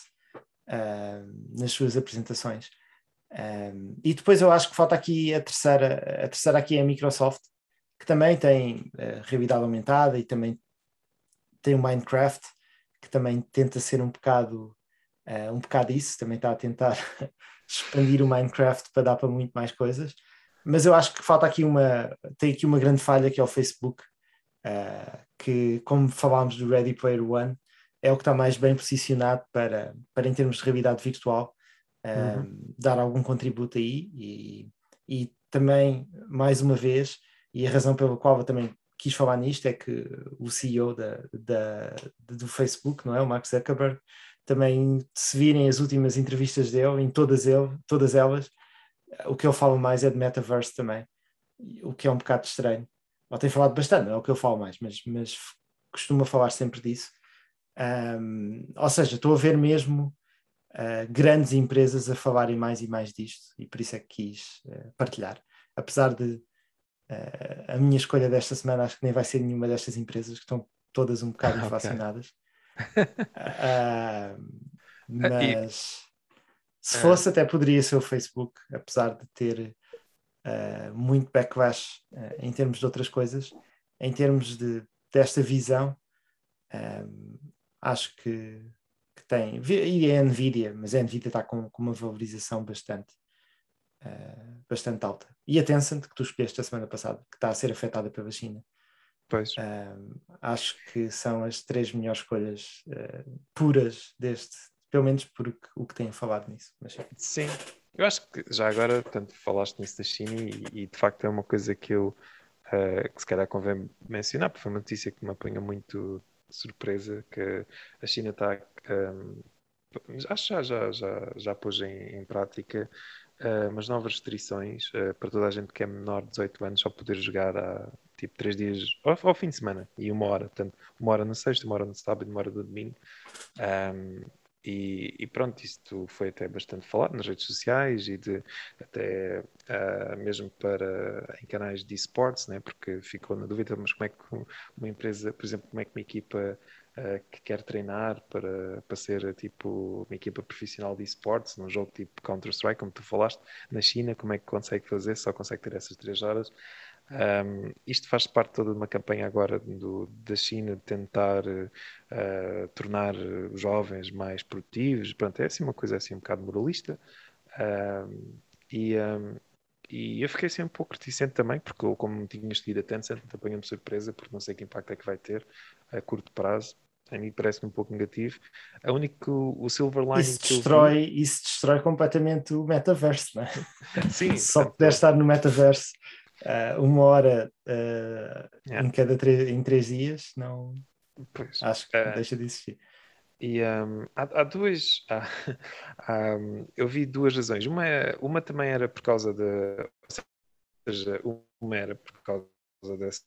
uh, nas suas apresentações. Um, e depois eu acho que falta aqui a terceira, a terceira aqui é a Microsoft, que também tem uh, realidade aumentada e também tem o Minecraft, que também tenta ser um bocado, uh, um bocado isso, também está a tentar expandir o Minecraft para dar para muito mais coisas. Mas eu acho que falta aqui uma, tem aqui uma grande falha que é o Facebook, uh, que como falámos do Ready Player One, é o que está mais bem posicionado para, para em termos de realidade virtual, Uhum. um, dar algum contributo aí e, e também, mais uma vez, e a razão pela qual eu também quis falar nisto é que o C E O da, da, do Facebook, não é, o Mark Zuckerberg, também se virem as últimas entrevistas dele, em todas, ele, todas elas, o que ele fala mais é de metaverse também, o que é um bocado estranho. Ele tem falado bastante, não é o que eu falo mais, mas, mas costuma falar sempre disso. Um, ou seja, estou a ver mesmo uh, grandes empresas a falarem mais e mais disto, e por isso é que quis uh, partilhar. Apesar de uh, a minha escolha desta semana, acho que nem vai ser nenhuma destas empresas, que estão todas um bocado Ok. inflacionadas. Uh, E, mas se ah, fosse, até poderia ser o Facebook, apesar de ter uh, muito backlash uh, em termos de outras coisas, em termos de, desta visão, um, acho que, que tem. E é a Nvidia, mas a Nvidia está com, com uma valorização bastante, uh, bastante alta. E a Tencent, que tu escolheste a semana passada, que está a ser afetada pela China. pois. Um, acho que são as três melhores escolhas uh, puras deste, pelo menos por o que têm falado nisso. Mas, sim. Sim, eu acho que já agora, portanto, falaste nisso da China e, e de facto é uma coisa que eu, eh, que se calhar convém mencionar, porque foi uma notícia que me apanha muito de surpresa, que a China está, ehm, acho que já, já, já, já pôs em, em prática eh, umas novas restrições eh, para toda a gente que é menor de dezoito anos só poder jogar há tipo três dias ao, ao fim de semana e uma hora, portanto, uma hora na sexta, uma hora no sábado e uma hora no domingo. Ehm, e, e pronto, isto foi até bastante falado nas redes sociais e de, até uh, mesmo para em canais de esportes, né? Porque ficou na dúvida, mas como é que uma empresa, por exemplo, como é que uma equipa uh, que quer treinar para, para ser tipo uma equipa profissional de esportes, num jogo tipo Counter-Strike, como tu falaste, na China, como é que consegue fazer? Só consegue ter essas três horas. Um, isto faz parte toda de uma campanha agora do, da China de tentar uh, tornar os jovens mais produtivos. Pronto, é assim uma coisa assim um bocado moralista. Um, e, um, e eu fiquei assim um pouco reticente também, porque eu, como tinha escolhido a Tencent, apanhou-me surpresa, porque não sei que impacto é que vai ter a curto prazo. A mim parece-me um pouco negativo. A único, o silver lining Isso que eu destrói, vi... isso destrói completamente o metaverso, não é? Sim, Só portanto, puder estar no metaverso uh, uma hora uh, yeah, em cada três, em três dias, não pois. acho que Uh, deixa de existir. E um, há, há duas. Há, há, um, eu vi duas razões. Uma, é- uma também era por causa de. Ou seja, uma era por causa dessa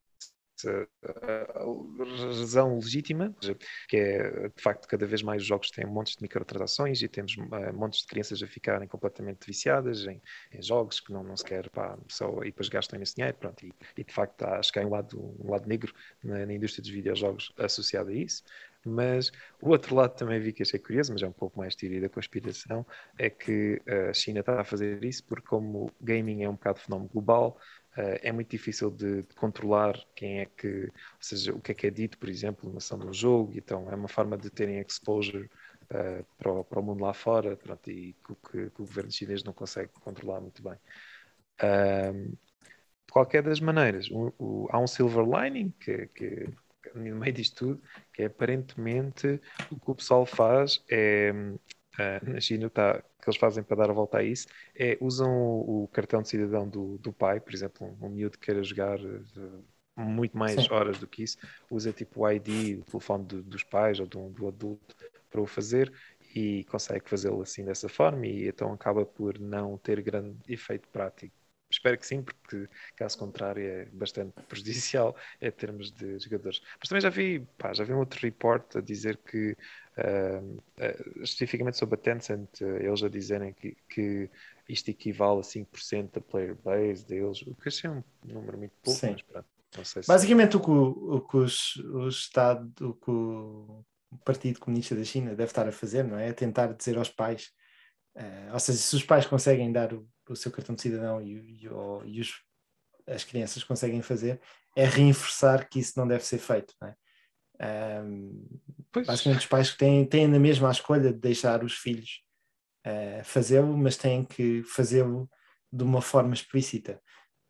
uh, razão legítima, que é de facto cada vez mais os jogos têm montes de microtransações e temos uh, montes de crianças a ficarem completamente viciadas em, em jogos que não, não se quer, pá, só, e depois gastam esse dinheiro. Pronto, e, e de facto há, acho que há um lado, um lado negro na, na indústria dos videojogos associado a isso. Mas o outro lado também vi que achei curioso, mas é um pouco mais teoria da conspiração, é que uh, a China está a fazer isso porque como o gaming é um bocado fenómeno global, uh, é muito difícil de, de controlar quem é que, ou seja, o que é que é dito, por exemplo, na ação de um jogo, então é uma forma de terem exposure uh, para, o, para o mundo lá fora, pronto, e que, que, que o governo chinês não consegue controlar muito bem. Um, de qualquer das maneiras, o, o, há um silver lining que, que no meio disto tudo, que é aparentemente o que o pessoal faz é, uh, na China tá, que eles fazem para dar a volta a isso, é usam o, o cartão de cidadão do, do pai, por exemplo, um, um miúdo que queira jogar uh, muito mais Sim. horas do que isso, usa tipo o I D, o telefone do, dos pais ou do, do adulto para o fazer e consegue fazê-lo assim dessa forma e então acaba por não ter grande efeito prático. Espero que sim, porque caso contrário é bastante prejudicial em termos de jogadores. Mas também já vi, pá, já vi um outro report a dizer que, uh, uh, especificamente sobre a Tencent, uh, eles a dizerem que, que isto equivale a cinco por cento da player base deles, o que achei um número muito pouco, Sim. mas pronto, não sei se... Basicamente o que o, o, que os, o Estado, o que o Partido Comunista da China deve estar a fazer, não é? É tentar dizer aos pais, uh, ou seja, se os pais conseguem dar o, o seu cartão de cidadão e, e, e os, as crianças conseguem fazer, é reforçar que isso não deve ser feito, não é? Um, basicamente os pais têm, têm na mesma a escolha de deixar os filhos uh, fazê-lo, mas têm que fazê-lo de uma forma explícita.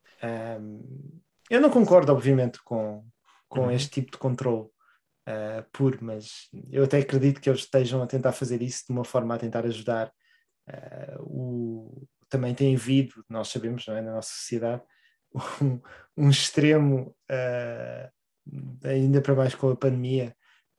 Um, eu não concordo, obviamente, com, com Uhum. este tipo de controle uh, puro, mas eu até acredito que eles estejam a tentar fazer isso de uma forma a tentar ajudar. Uh, o, também tem havido, nós sabemos, não é, na nossa sociedade, um, um extremo, uh, ainda para mais com a pandemia,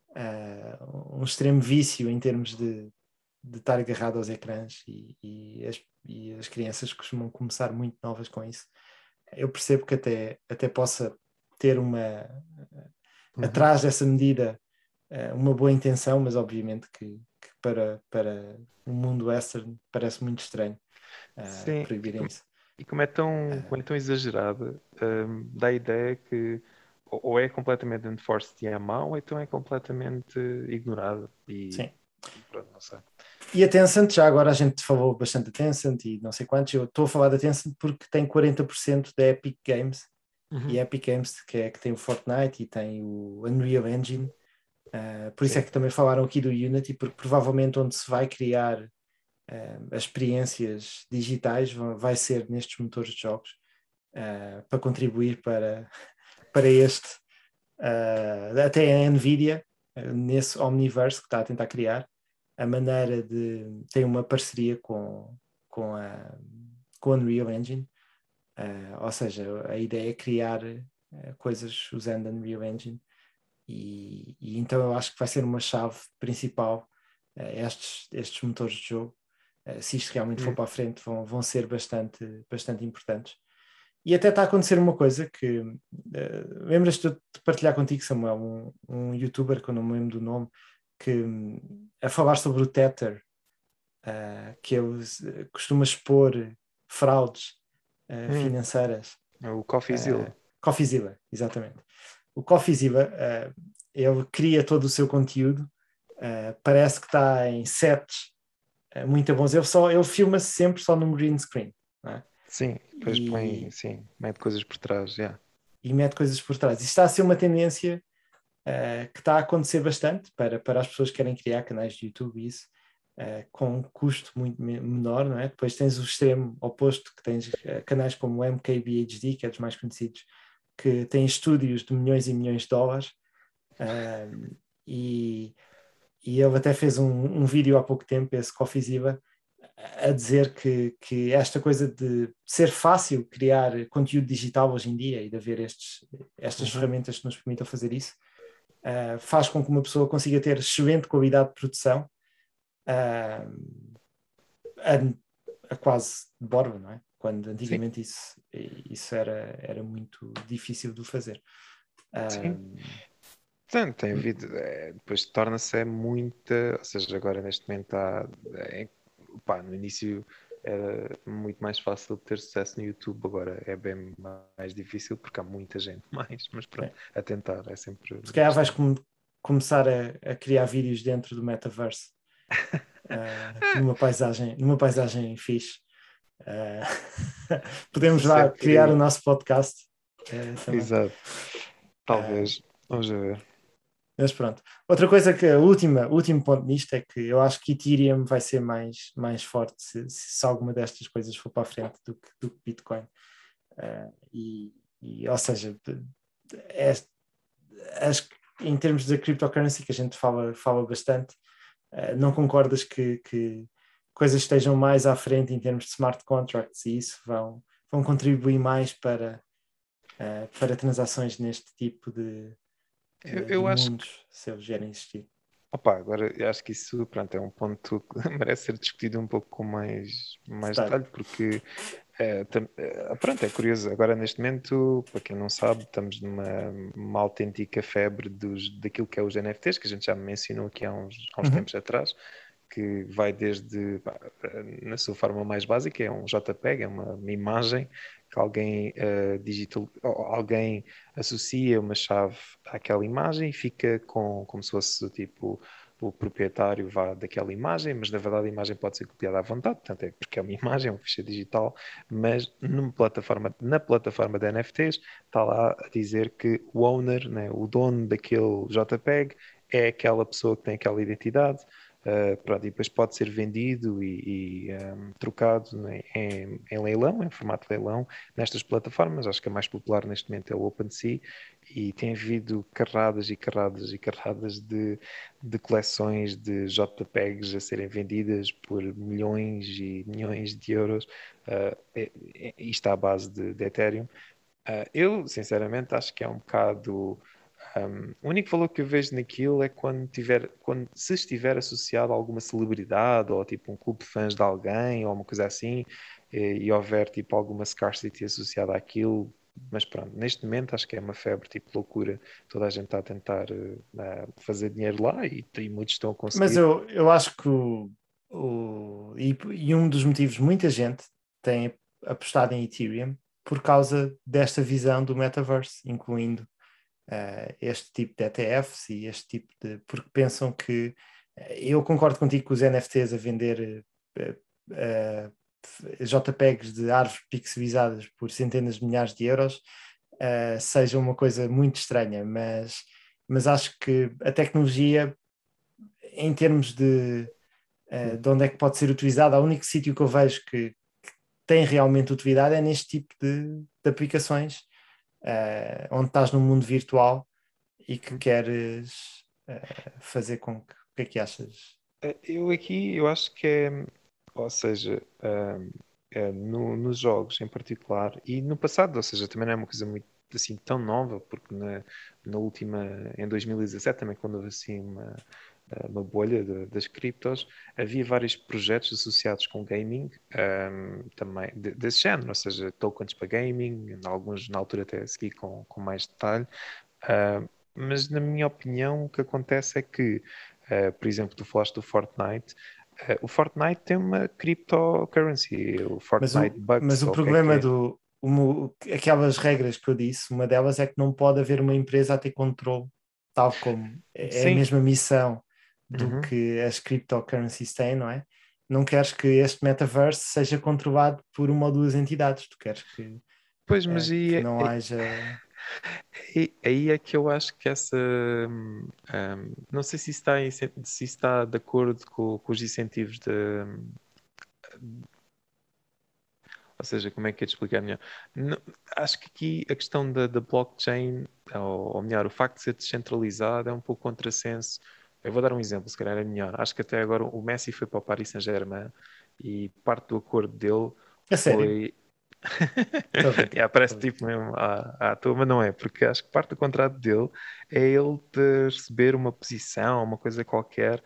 uh, um extremo vício em termos de, de estar agarrado aos ecrãs e, e, as, e as crianças costumam começar muito novas com isso. Eu percebo que até, até possa ter uma, Uhum. atrás dessa medida, uma boa intenção, mas obviamente que, que para, para o mundo western parece muito estranho uh, proibirem isso. E como é tão, como é tão exagerada, um, dá a ideia que ou, ou é completamente enforced e é mau, ou então é completamente ignorada. E, Sim. e pronto, não sei. E a Tencent, já agora a gente falou bastante da Tencent e não sei quantos, eu estou a falar da Tencent porque tem quarenta por cento da Epic Games, Uhum. e a Epic Games que, é, que tem o Fortnite e tem o Unreal Engine, uh, por isso Sim. é que também falaram aqui do Unity, porque provavelmente onde se vai criar uh, as experiências digitais vai ser nestes motores de jogos, uh, para contribuir para, para este, uh, até a Nvidia, uh, nesse Omniverse que está a tentar criar, a maneira de... tem uma parceria com, com a com a Unreal Engine, uh, ou seja, a ideia é criar uh, coisas usando a Unreal Engine e, e então eu acho que vai ser uma chave principal uh, estes, estes motores de jogo, uh, se isto realmente for Hum. para a frente vão, vão ser bastante, bastante importantes. E até está a acontecer uma coisa que uh, lembras-te de partilhar contigo, Samuel, um, um youtuber que eu não me lembro do nome, que hum, a falar sobre o Tether, uh, que ele uh, costuma expor fraudes uh, Hum, financeiras. o CoffeeZilla. Uh, CoffeeZilla, exatamente. O CoffeeZilla, uh, ele cria todo o seu conteúdo, uh, parece que está em sets uh, muito bons. Ele, só, ele filma-se sempre só no green screen, não é? Sim, depois põe, E, sim, mete coisas por trás, já. e mete coisas por trás. Isto está a ser uma tendência uh, que está a acontecer bastante para, para as pessoas que querem criar canais de YouTube e isso, uh, com um custo muito me- menor, não é? Depois tens o extremo oposto, que tens uh, canais como o M K B H D, que é dos mais conhecidos, que têm estúdios de milhões e milhões de dólares, uh, e, e ele até fez um, um vídeo há pouco tempo, esse CoffeeZilla, a dizer que, que esta coisa de ser fácil criar conteúdo digital hoje em dia e de haver estes, estas Uhum. ferramentas que nos permitam fazer isso, uh, faz com que uma pessoa consiga ter excelente qualidade de produção uh, a, a quase de borba, não é? Quando Sim, antigamente isso, isso era, era muito difícil de fazer. sim. Uh, Portanto, tem havido, é, depois torna-se é muita, ou seja, agora neste momento há, é, pá, no início era muito mais fácil ter sucesso no YouTube, agora é bem mais difícil porque há muita gente mais, mas pronto, é. a tentar é sempre Se calhar vais interessante. com, começar a, a criar vídeos dentro do metaverse, uh, numa paisagem, numa paisagem fixe. Uh, Isso podemos lá criar o sempre, nosso podcast uh, também. exato, Uh, talvez, vamos a ver. mas pronto. Outra coisa que a última, o último ponto nisto é que eu acho que Ethereum vai ser mais, mais forte se, se alguma destas coisas for para a frente do que, do que Bitcoin. Uh, e, e, ou seja, é, acho que em termos da cryptocurrency, que a gente fala, fala bastante, uh, não concordas que, que coisas estejam mais à frente em termos de smart contracts e isso vão, vão contribuir mais para, uh, para transações neste tipo de, Eu, uh, de eu acho que, mundos, se eles vierem existir. opá, agora eu acho que isso, pronto, é um ponto que merece ser discutido um pouco com mais, mais Detalhe. detalhe, porque É, tam- é, pronto, é curioso. Agora, neste momento, para quem não sabe, estamos numa uma autêntica febre dos, daquilo que é os N F Ts, que a gente já mencionou aqui há uns, há uns Uhum. tempos atrás, que vai desde, pá, na sua forma mais básica, é um JPEG, é uma, uma imagem que alguém, uh, digital, ou alguém associa uma chave àquela imagem e fica com, como se fosse tipo o proprietário vá daquela imagem, mas na verdade a imagem pode ser copiada à vontade, portanto é porque é uma imagem, é um ficheiro digital, mas numa plataforma, na plataforma de N F Ts está lá a dizer que o owner, né, o dono daquele JPEG é aquela pessoa que tem aquela identidade. Uh, pronto, e depois pode ser vendido e, e um, trocado, né, em, em leilão, em formato de leilão, nestas plataformas. Acho que a mais popular neste momento é o OpenSea e tem havido carradas e carradas e carradas de, de coleções de JPEGs a serem vendidas por milhões e milhões de euros. Uh, é, é, isto à base de, de Ethereum. Uh, eu, sinceramente, acho que é um bocado. Um, o único valor que eu vejo naquilo é quando tiver, quando, se estiver associado a alguma celebridade ou tipo um clube de fãs de alguém ou uma coisa assim, e, e houver tipo alguma scarcity associada àquilo. Mas pronto, neste momento acho que é uma febre tipo loucura. Toda a gente está a tentar uh, fazer dinheiro lá e, e muitos estão a Mas conseguir. eu, eu acho que o, o, e, e um dos motivos, muita gente tem apostado em Ethereum por causa desta visão do metaverse, incluindo uh, este tipo de E T Fs e este tipo de. Porque pensam que. Uh, eu concordo contigo que os N F Ts a vender uh, uh, JPEGs de árvores pixelizadas por centenas de milhares de euros uh, seja uma coisa muito estranha, mas, mas acho que a tecnologia, em termos de, uh, de onde é que pode ser utilizada, o único sítio que eu vejo que, que tem realmente utilidade é neste tipo de, de aplicações, uh, onde estás num mundo virtual e que queres uh, fazer com que. O que é que achas? Eu aqui, eu acho que é, ou seja, um, é no- nos jogos em particular e no passado, ou seja, também não é uma coisa muito assim tão nova, porque na, na última, em dois mil e dezassete também quando houve assim uma, uma bolha de- das criptos, havia vários projetos associados com gaming, um, também de- desse género, ou seja, tokens para gaming, alguns na altura até segui com, com mais detalhe. Uh, mas na minha opinião o que acontece é que Uh, por exemplo, tu falaste do Fortnite. Uh, o Fortnite tem uma cryptocurrency, o Mas Fortnite o, Bucks, mas o ou o que é problema que é. do. o- aquelas regras que eu disse, uma delas é que não pode haver uma empresa a ter controle, tal como é é a Sim. mesma missão do Uhum. que as cryptocurrencies têm, não é? Não queres que este metaverse seja controlado por uma ou duas entidades, tu queres que, Pois, mas eh, aí, que é- não é- haja. aí, aí é que eu acho que essa. hum, hum, não sei se isso está, em- se isso está de acordo com, com os incentivos de. Ou seja, como é que é de explicar melhor? Não- acho que aqui a questão da, da blockchain, ou, ou melhor, o facto de ser descentralizado é um pouco contrassenso. Eu vou dar um exemplo, se calhar é melhor. Acho que até agora o Messi foi para o Paris Saint-Germain e parte do acordo dele É sério? foi. Estou a brincar. Yeah, Estou parece a tipo brincar. mesmo à, à toa, mas não é, porque acho que parte do contrato dele é ele de receber uma posição, uma coisa qualquer,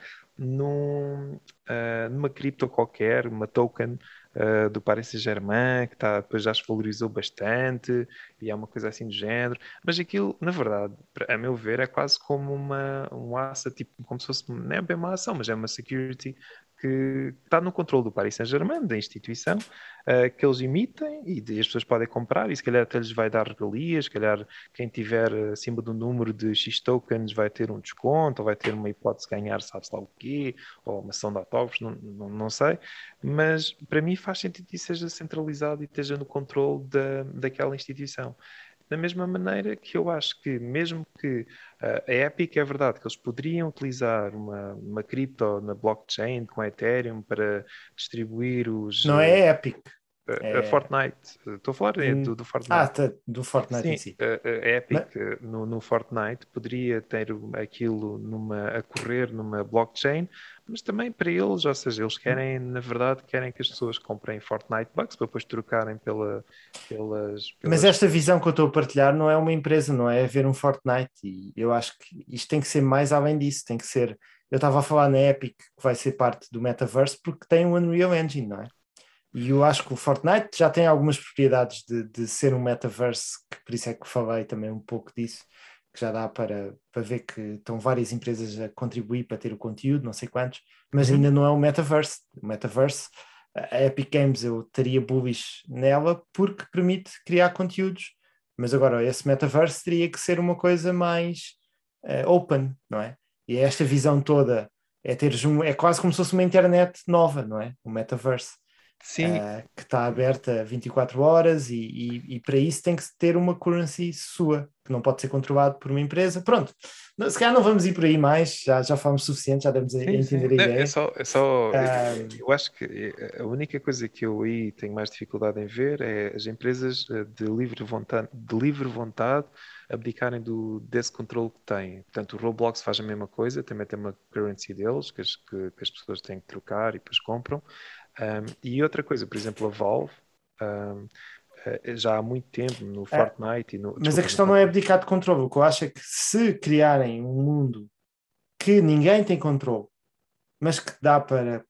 num, ah, numa cripto qualquer, uma token ah, do Paris Saint-Germain, que tá, depois já se valorizou bastante, e é uma coisa assim do género. Mas aquilo, na verdade, a meu ver, é quase como uma, um asset, tipo, como se fosse, não é bem uma ação, mas é uma security que está no controle do Paris Saint-Germain, da instituição, uh, que eles emitem e as pessoas podem comprar e se calhar até lhes vai dar regalias, se calhar quem tiver acima do número de X tokens vai ter um desconto ou vai ter uma hipótese de ganhar sabe-se lá o quê, ou uma ação de autógrafos, não, não, não sei, mas para mim faz sentido que isso seja centralizado e esteja no controle da, daquela instituição. Da mesma maneira que eu acho que, mesmo que uh, a Epic, é verdade que eles poderiam utilizar uma, uma cripto na blockchain com a Ethereum para distribuir os, Não uh, é Epic. a, a É... Fortnite. Estou a falar é, do, hum, do Ah, Fortnite. tá, do Fortnite em Sim, si. a, a Mas, Epic eh, no, no Fortnite poderia ter aquilo numa, a correr numa blockchain, mas também para eles, ou seja, eles querem, na verdade, querem que as pessoas comprem Fortnite Bucks para depois trocarem pela, pelas, Mas pelas. esta visão que eu estou a partilhar não é uma empresa, não é haver um Fortnite. E eu acho que isto tem que ser mais além disso. Tem que ser. Eu estava a falar na Epic, que vai ser parte do metaverse, porque tem um Unreal Engine, não é? E eu acho que o Fortnite já tem algumas propriedades de, de ser um metaverse, que por isso é que falei também um pouco disso, que já dá para, para ver que estão várias empresas a contribuir para ter o conteúdo, não sei quantos, mas Uhum. ainda não é o metaverse. O metaverse, a Epic Games eu estaria bullish nela porque permite criar conteúdos, mas agora esse metaverse teria que ser uma coisa mais uh, open, não é? E esta visão toda é teres um, é quase como se fosse uma internet nova, não é? O metaverse. Sim, Uh, que está aberta vinte e quatro horas e, e, e para isso tem que ter uma currency sua, que não pode ser controlado por uma empresa. Pronto, se calhar não vamos ir por aí mais, já, já falamos o suficiente, já demos a, a sim, sim. entender a Não, é ideia. só, é só, é- Um, eu acho que é- a única coisa que eu aí tenho mais dificuldade em ver é as empresas eh, de livre vontade, de livre vontade abdicarem do, desse controle que têm. Portanto, o Roblox faz a mesma coisa, também tem uma currency deles que as, que, que as pessoas têm que trocar e depois compram. Um, e outra coisa, por exemplo, a Valve, um, eh, já há muito tempo no uh, Fortnite e no, mas a desculpa, no questão não é Fortnite. abdicar de controle. O que eu acho é que se criarem um mundo que ninguém tem controle, mas que dá para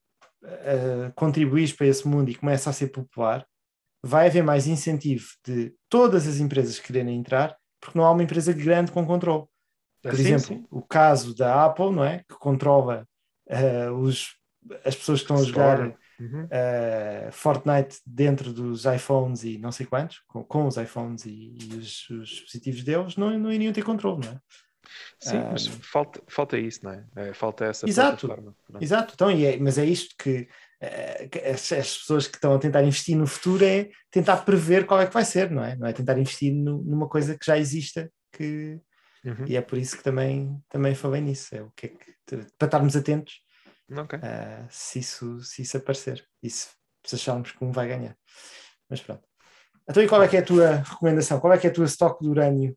uh, contribuir para esse mundo e começa a ser popular, vai haver mais incentivo de todas as empresas quererem entrar, porque não há uma empresa grande com controle. Ah, Por sim, exemplo, sim, o caso da Apple, não é? Que controla uh, os, as pessoas que estão a jogar Store. Uhum. uh, Fortnite dentro dos iPhones e não sei quantos, com, com os iPhones e, e os, os dispositivos deles, não, não iriam ter controle, não Sim, é? mas Um, falta, falta isso, não é? É, falta essa exato, plataforma. Pronto. exato. Então, e é, mas é isto que uh, as, as, pessoas que estão a tentar investir no futuro é tentar prever qual é que vai ser, não é? Não é tentar investir no, numa coisa que já exista, que, Uhum. e é por isso que também, também falei nisso. É o que é que, para estarmos atentos Ok. uh, se, isso, se isso aparecer e se, se acharmos que um vai ganhar. Mas pronto. Então, e qual é que é a tua recomendação? Qual é que é a tua estoque de urânio?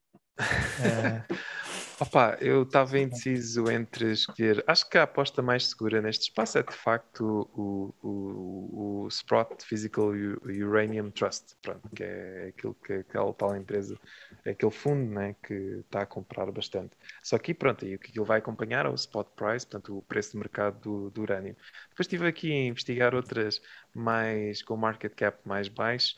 Uh, Opa, eu estava indeciso entre escolher. Acho que a aposta mais segura neste espaço é de facto o, o, o Sprott Physical Uranium Trust, pronto, que é aquilo que aquela tal empresa, é aquele fundo, né, que está a comprar bastante. Só que pronto, aí o que ele vai acompanhar é o spot price, portanto o preço de mercado do, do urânio. Depois estive aqui a investigar outras mais com market cap mais baixo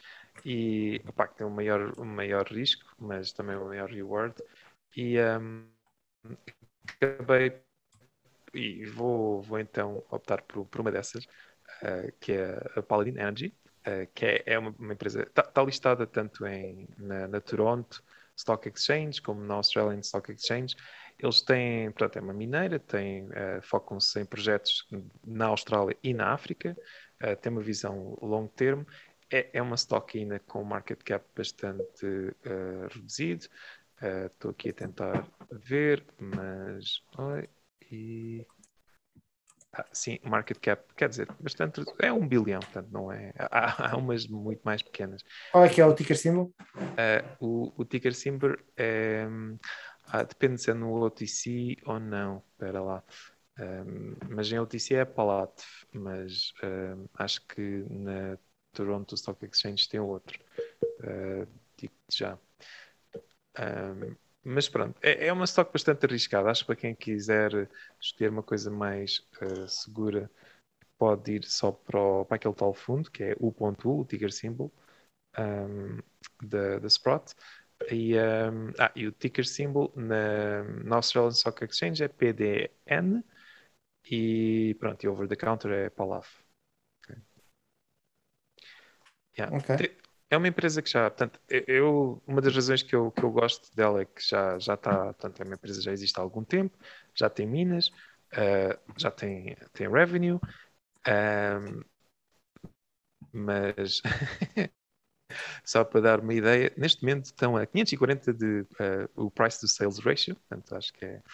e opá, que tem um maior, um maior risco, mas também um maior reward. E um, acabei e vou, vou então optar por, por uma dessas, uh, que é a Paladin Energy, uh, que é, é uma, uma empresa, está tá listada tanto em, na, na Toronto Stock Exchange como na Australian Stock Exchange. Eles têm, portanto, é uma mineira, têm, uh, focam-se em projetos na Austrália e na África, uh, tem uma visão longo termo, é, é uma stock ainda com market cap bastante uh, reduzido. Estou uh, aqui a tentar ver, mas... Oi, e... Ah, sim, market cap, quer dizer, bastante... É um bilhão, portanto, não é... Há, há umas muito mais pequenas. Qual é que é o ticker symbol? Uh, o, o ticker symbol é... Ah, depende se é no O T C ou não. Espera lá. Um, mas em O T C é Palat, mas um, acho que na Toronto Stock Exchange tem outro. Uh, Digo-te já. Um, mas pronto, é, é uma stock bastante arriscada. Acho que para quem quiser escolher uma coisa mais uh, segura, pode ir só para, o, para aquele tal fundo, que é U ponto U, o ticker symbol um, da, da Sprott. E, um, ah, e o ticker symbol na, na Australian Stock Exchange é P D N e pronto, e over the counter é P A L A F. Okay. Yeah. Okay. É uma empresa que já, portanto, eu, uma das razões que eu, que eu gosto dela é que já, já está, portanto, é uma empresa que já existe há algum tempo, já tem minas, uh, já tem, tem revenue, um, mas só para dar uma ideia, neste momento estão a quinhentos e quarenta de uh, o price to sales ratio, portanto acho que é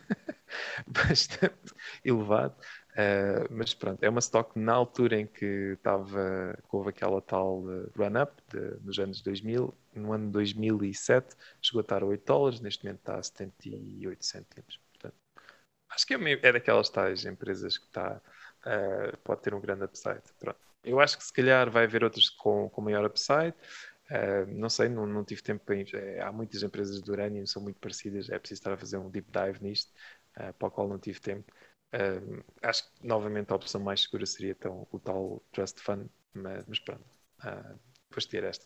bastante elevado, uh, mas pronto, é uma stock na altura em que estava, houve aquela tal uh, run-up nos anos dois mil, no ano dois mil e sete chegou a estar a oito dólares, neste momento está a setenta e oito cêntimos, portanto acho que é, uma, é daquelas tais empresas que está, uh, pode ter um grande upside, pronto. Eu acho que se calhar vai haver outras com, com maior upside. Uh, não sei, não, não tive tempo para... É, há muitas empresas de urânio que são muito parecidas. É preciso estar a fazer um deep dive nisto, uh, para o qual não tive tempo. Uh, acho que novamente a opção mais segura seria então o tal Trust Fund, mas, mas pronto, uh, depois de ter esta.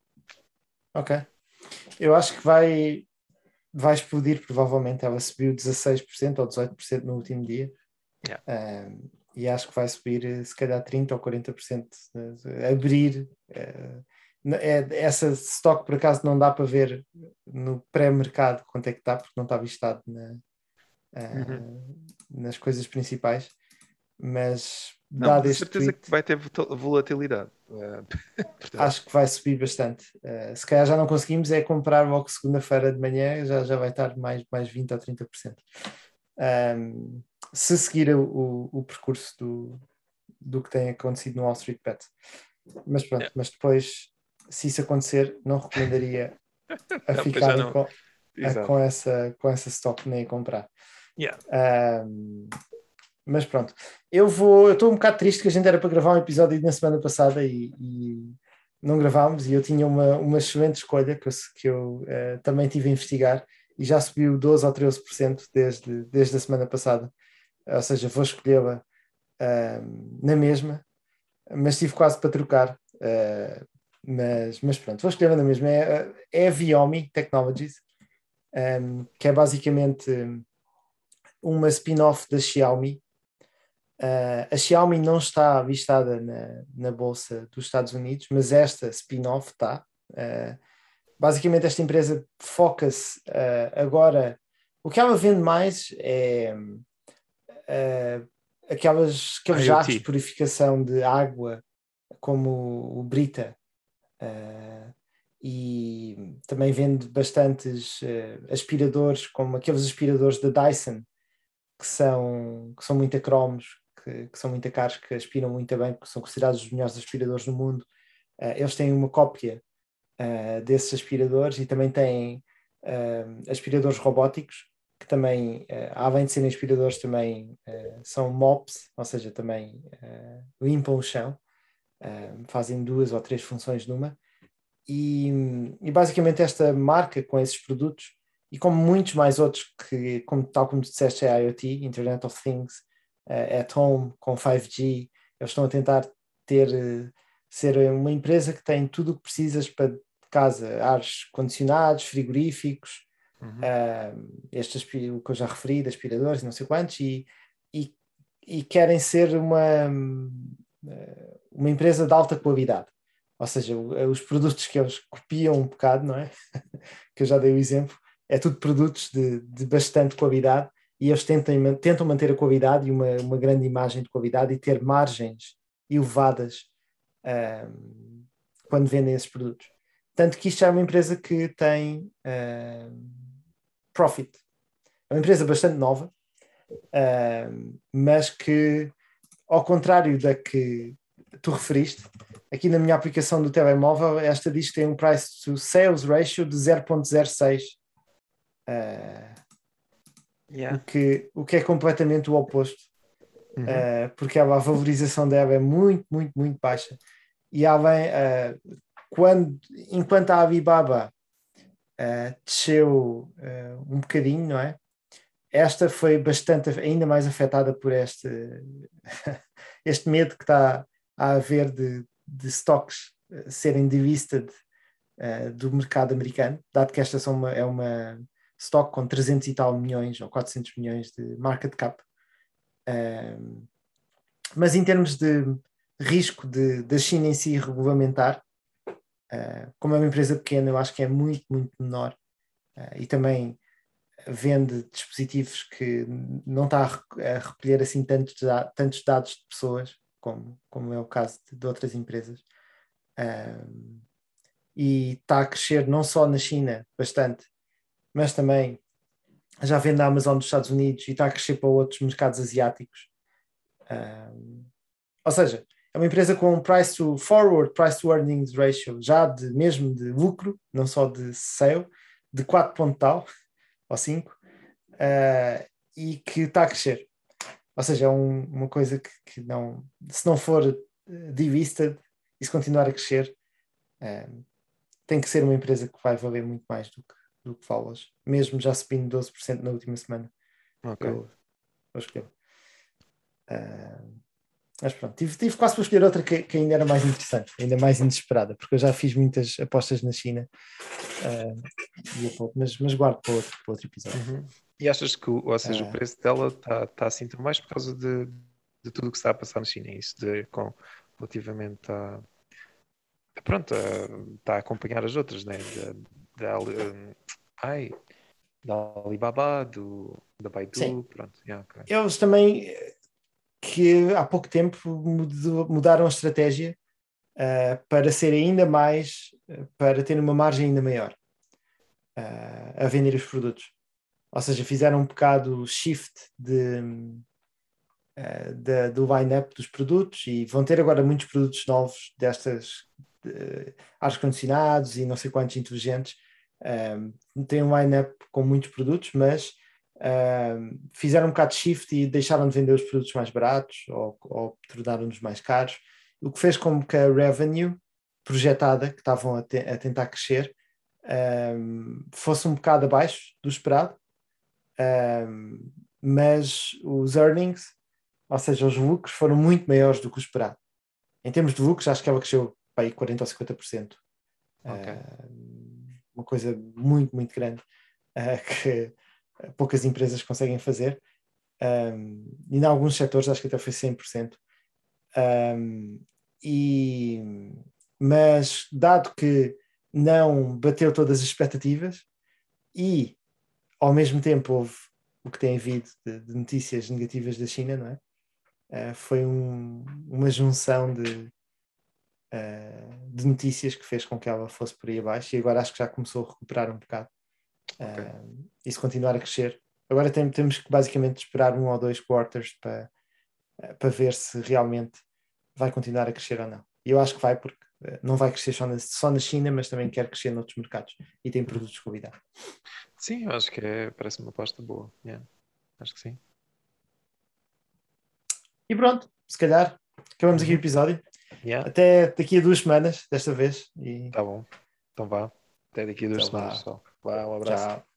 Ok. Eu acho que vai, vai explodir provavelmente. Ela subiu dezasseis por cento ou dezoito por cento no último dia. Yeah. Um, e acho que vai subir se calhar trinta por cento ou quarenta por cento, abrir uh, é, essa stock por acaso não dá para ver no pré-mercado quanto é que está, porque não está listado na, uh, uhum. nas coisas principais, mas não, dado de este certeza tweet, que vai ter volatilidade. Acho que vai subir bastante. Uh, se calhar já não conseguimos é comprar logo segunda-feira de manhã, já, já vai estar mais, mais vinte ou trinta por cento. Um, se seguir o, o, o percurso do, do que tem acontecido no Wall Street Bet. Mas pronto, é. mas depois, se isso acontecer, não recomendaria a não, ficarem com, a, com, essa, com essa stock nem a comprar. Yeah. Um, mas pronto, eu vou, eu estou um bocado triste que a gente era para gravar um episódio na semana passada e, e não gravámos, e eu tinha uma, uma excelente escolha que eu, que eu uh, também tive a investigar e já subiu doze ou treze por cento desde, desde a semana passada. Ou seja, vou escolhê-la uh, na mesma, mas tive quase para trocar. Uh, mas, mas pronto, vou escolhê-la na mesma. É, é a Viomi Technologies, um, que é basicamente uma spin-off da Xiaomi. Uh, a Xiaomi não está listada na, na Bolsa dos Estados Unidos, mas esta spin-off está. Uh, basicamente esta empresa foca-se uh, agora... O que ela vende mais é... Uh, aquelas, aqueles jacos de purificação de água como o Brita, uh, e também vende bastantes uh, aspiradores, como aqueles aspiradores da Dyson que são, que são muito acromos, que, que são muito caros, que aspiram muito bem, porque são considerados os melhores aspiradores do mundo. Uh, eles têm uma cópia uh, desses aspiradores e também têm uh, aspiradores robóticos que também, uh, além de serem aspiradores, também uh, são mops, ou seja, também uh, limpam o chão, uh, fazem duas ou três funções numa. E, e basicamente esta marca com esses produtos, e como muitos mais outros, que, como, tal como tu disseste, é IoT, Internet of Things, uh, at Home, com cinco G, eles estão a tentar ter, uh, ser uma empresa que tem tudo o que precisas para casa, ares condicionados, frigoríficos, Uhum. Uh, estes, o que eu já referi, de aspiradores e não sei quantos, e e querem ser uma, uma empresa de alta qualidade. Ou seja, os produtos que eles copiam um bocado, não é? Que eu já dei o exemplo, é tudo produtos de, de bastante qualidade e eles tentam, tentam manter a qualidade e uma, uma grande imagem de qualidade e ter margens elevadas um, quando vendem esses produtos. Tanto que isto é uma empresa que tem um, profit. É uma empresa bastante nova, um, mas que, ao contrário da que tu referiste, aqui na minha aplicação do telemóvel, esta diz que tem um price to sales ratio de zero vírgula zero seis, uh, Yeah. o, que, o que é completamente o oposto, Uhum. uh, porque ela, a valorização dela é muito, muito, muito baixa. E além, uh, quando, enquanto a Alibaba uh, desceu uh, um bocadinho, não é? Esta foi bastante, ainda mais afetada por este, este medo que está a haver de, de stocks uh, serem delisted uh, do mercado americano, dado que esta são uma, é uma stock com trezentos e tal milhões ou quatrocentos milhões de market cap. Um, mas em termos de risco de, da China em si regulamentar, uh, como é uma empresa pequena, eu acho que é muito, muito menor uh, e também vende dispositivos que não está a recolher assim tantos, tantos dados de pessoas como, como é o caso de, de outras empresas. Um, e está a crescer não só na China bastante, mas também já vende a Amazon dos Estados Unidos e está a crescer para outros mercados asiáticos. Um, ou seja, é uma empresa com um price to forward, price to earnings ratio já de, mesmo de lucro, não só de sale, de quatro ponto tal ou cinco, uh, e que está a crescer. Ou seja, é um, uma coisa que, que não, se não for uh, delisted e se continuar a crescer, uh, tem que ser uma empresa que vai valer muito mais do que, do que vale hoje. Mesmo já subindo doze por cento na última semana. Ok. Eu vou escolher. Uh, mas pronto, tive, tive quase para escolher outra que, que ainda era mais interessante, ainda mais inesperada, porque eu já fiz muitas apostas na China, uh, mas, mas guardo para outro, para outro episódio. Uhum. E achas que, ou seja, Uh, o preço dela está tá assim tão mais por causa de, de tudo o que está a passar na China? Isso de, com, relativamente a. Pronto, está a acompanhar as outras, né? Da, da, um, ai, da Alibaba, do, da Baidu, sim. Pronto. Yeah, okay. Eles também, que há pouco tempo mudou, mudaram a estratégia uh, para ser ainda mais, uh, para ter uma margem ainda maior uh, a vender os produtos. Ou seja, fizeram um bocado shift de, uh, de, do line-up dos produtos e vão ter agora muitos produtos novos destas uh, ar-condicionados e não sei quantos inteligentes. Um, tem um line-up com muitos produtos, mas Uh, fizeram um bocado de shift e deixaram de vender os produtos mais baratos ou, ou tornaram-nos mais caros, o que fez com que a revenue projetada, que estavam a, te, a tentar crescer, um, fosse um bocado abaixo do esperado, um, mas os earnings, ou seja, os lucros, foram muito maiores do que o esperado. Em termos de lucros, acho que ela cresceu para aí quarenta ou cinquenta por cento. Okay. Uh, uma coisa muito, muito grande uh, que poucas empresas conseguem fazer, um, e em alguns setores acho que até foi cem por cento. Um, e, mas dado que não bateu todas as expectativas e ao mesmo tempo houve o que tem havido de, de notícias negativas da China, não é? Uh, foi um, uma junção de, uh, de notícias que fez com que ela fosse por aí abaixo, e agora acho que já começou a recuperar um bocado. Okay. Uh, e se continuar a crescer, agora tem, temos que basicamente esperar um ou dois quarters para, uh, para ver se realmente vai continuar a crescer ou não. E eu acho que vai, porque uh, não vai crescer só na, só na China, mas também quer crescer noutros mercados e tem produtos de qualidade. Sim, eu acho que é, parece uma aposta boa. Yeah. Acho que sim. E pronto, se calhar acabamos Uhum. aqui o episódio. Yeah. Até daqui a duas semanas, desta vez. E... Tá bom. Então vá. Até daqui a duas então, semanas, vá. pessoal. Vá, um abraço. Tchau.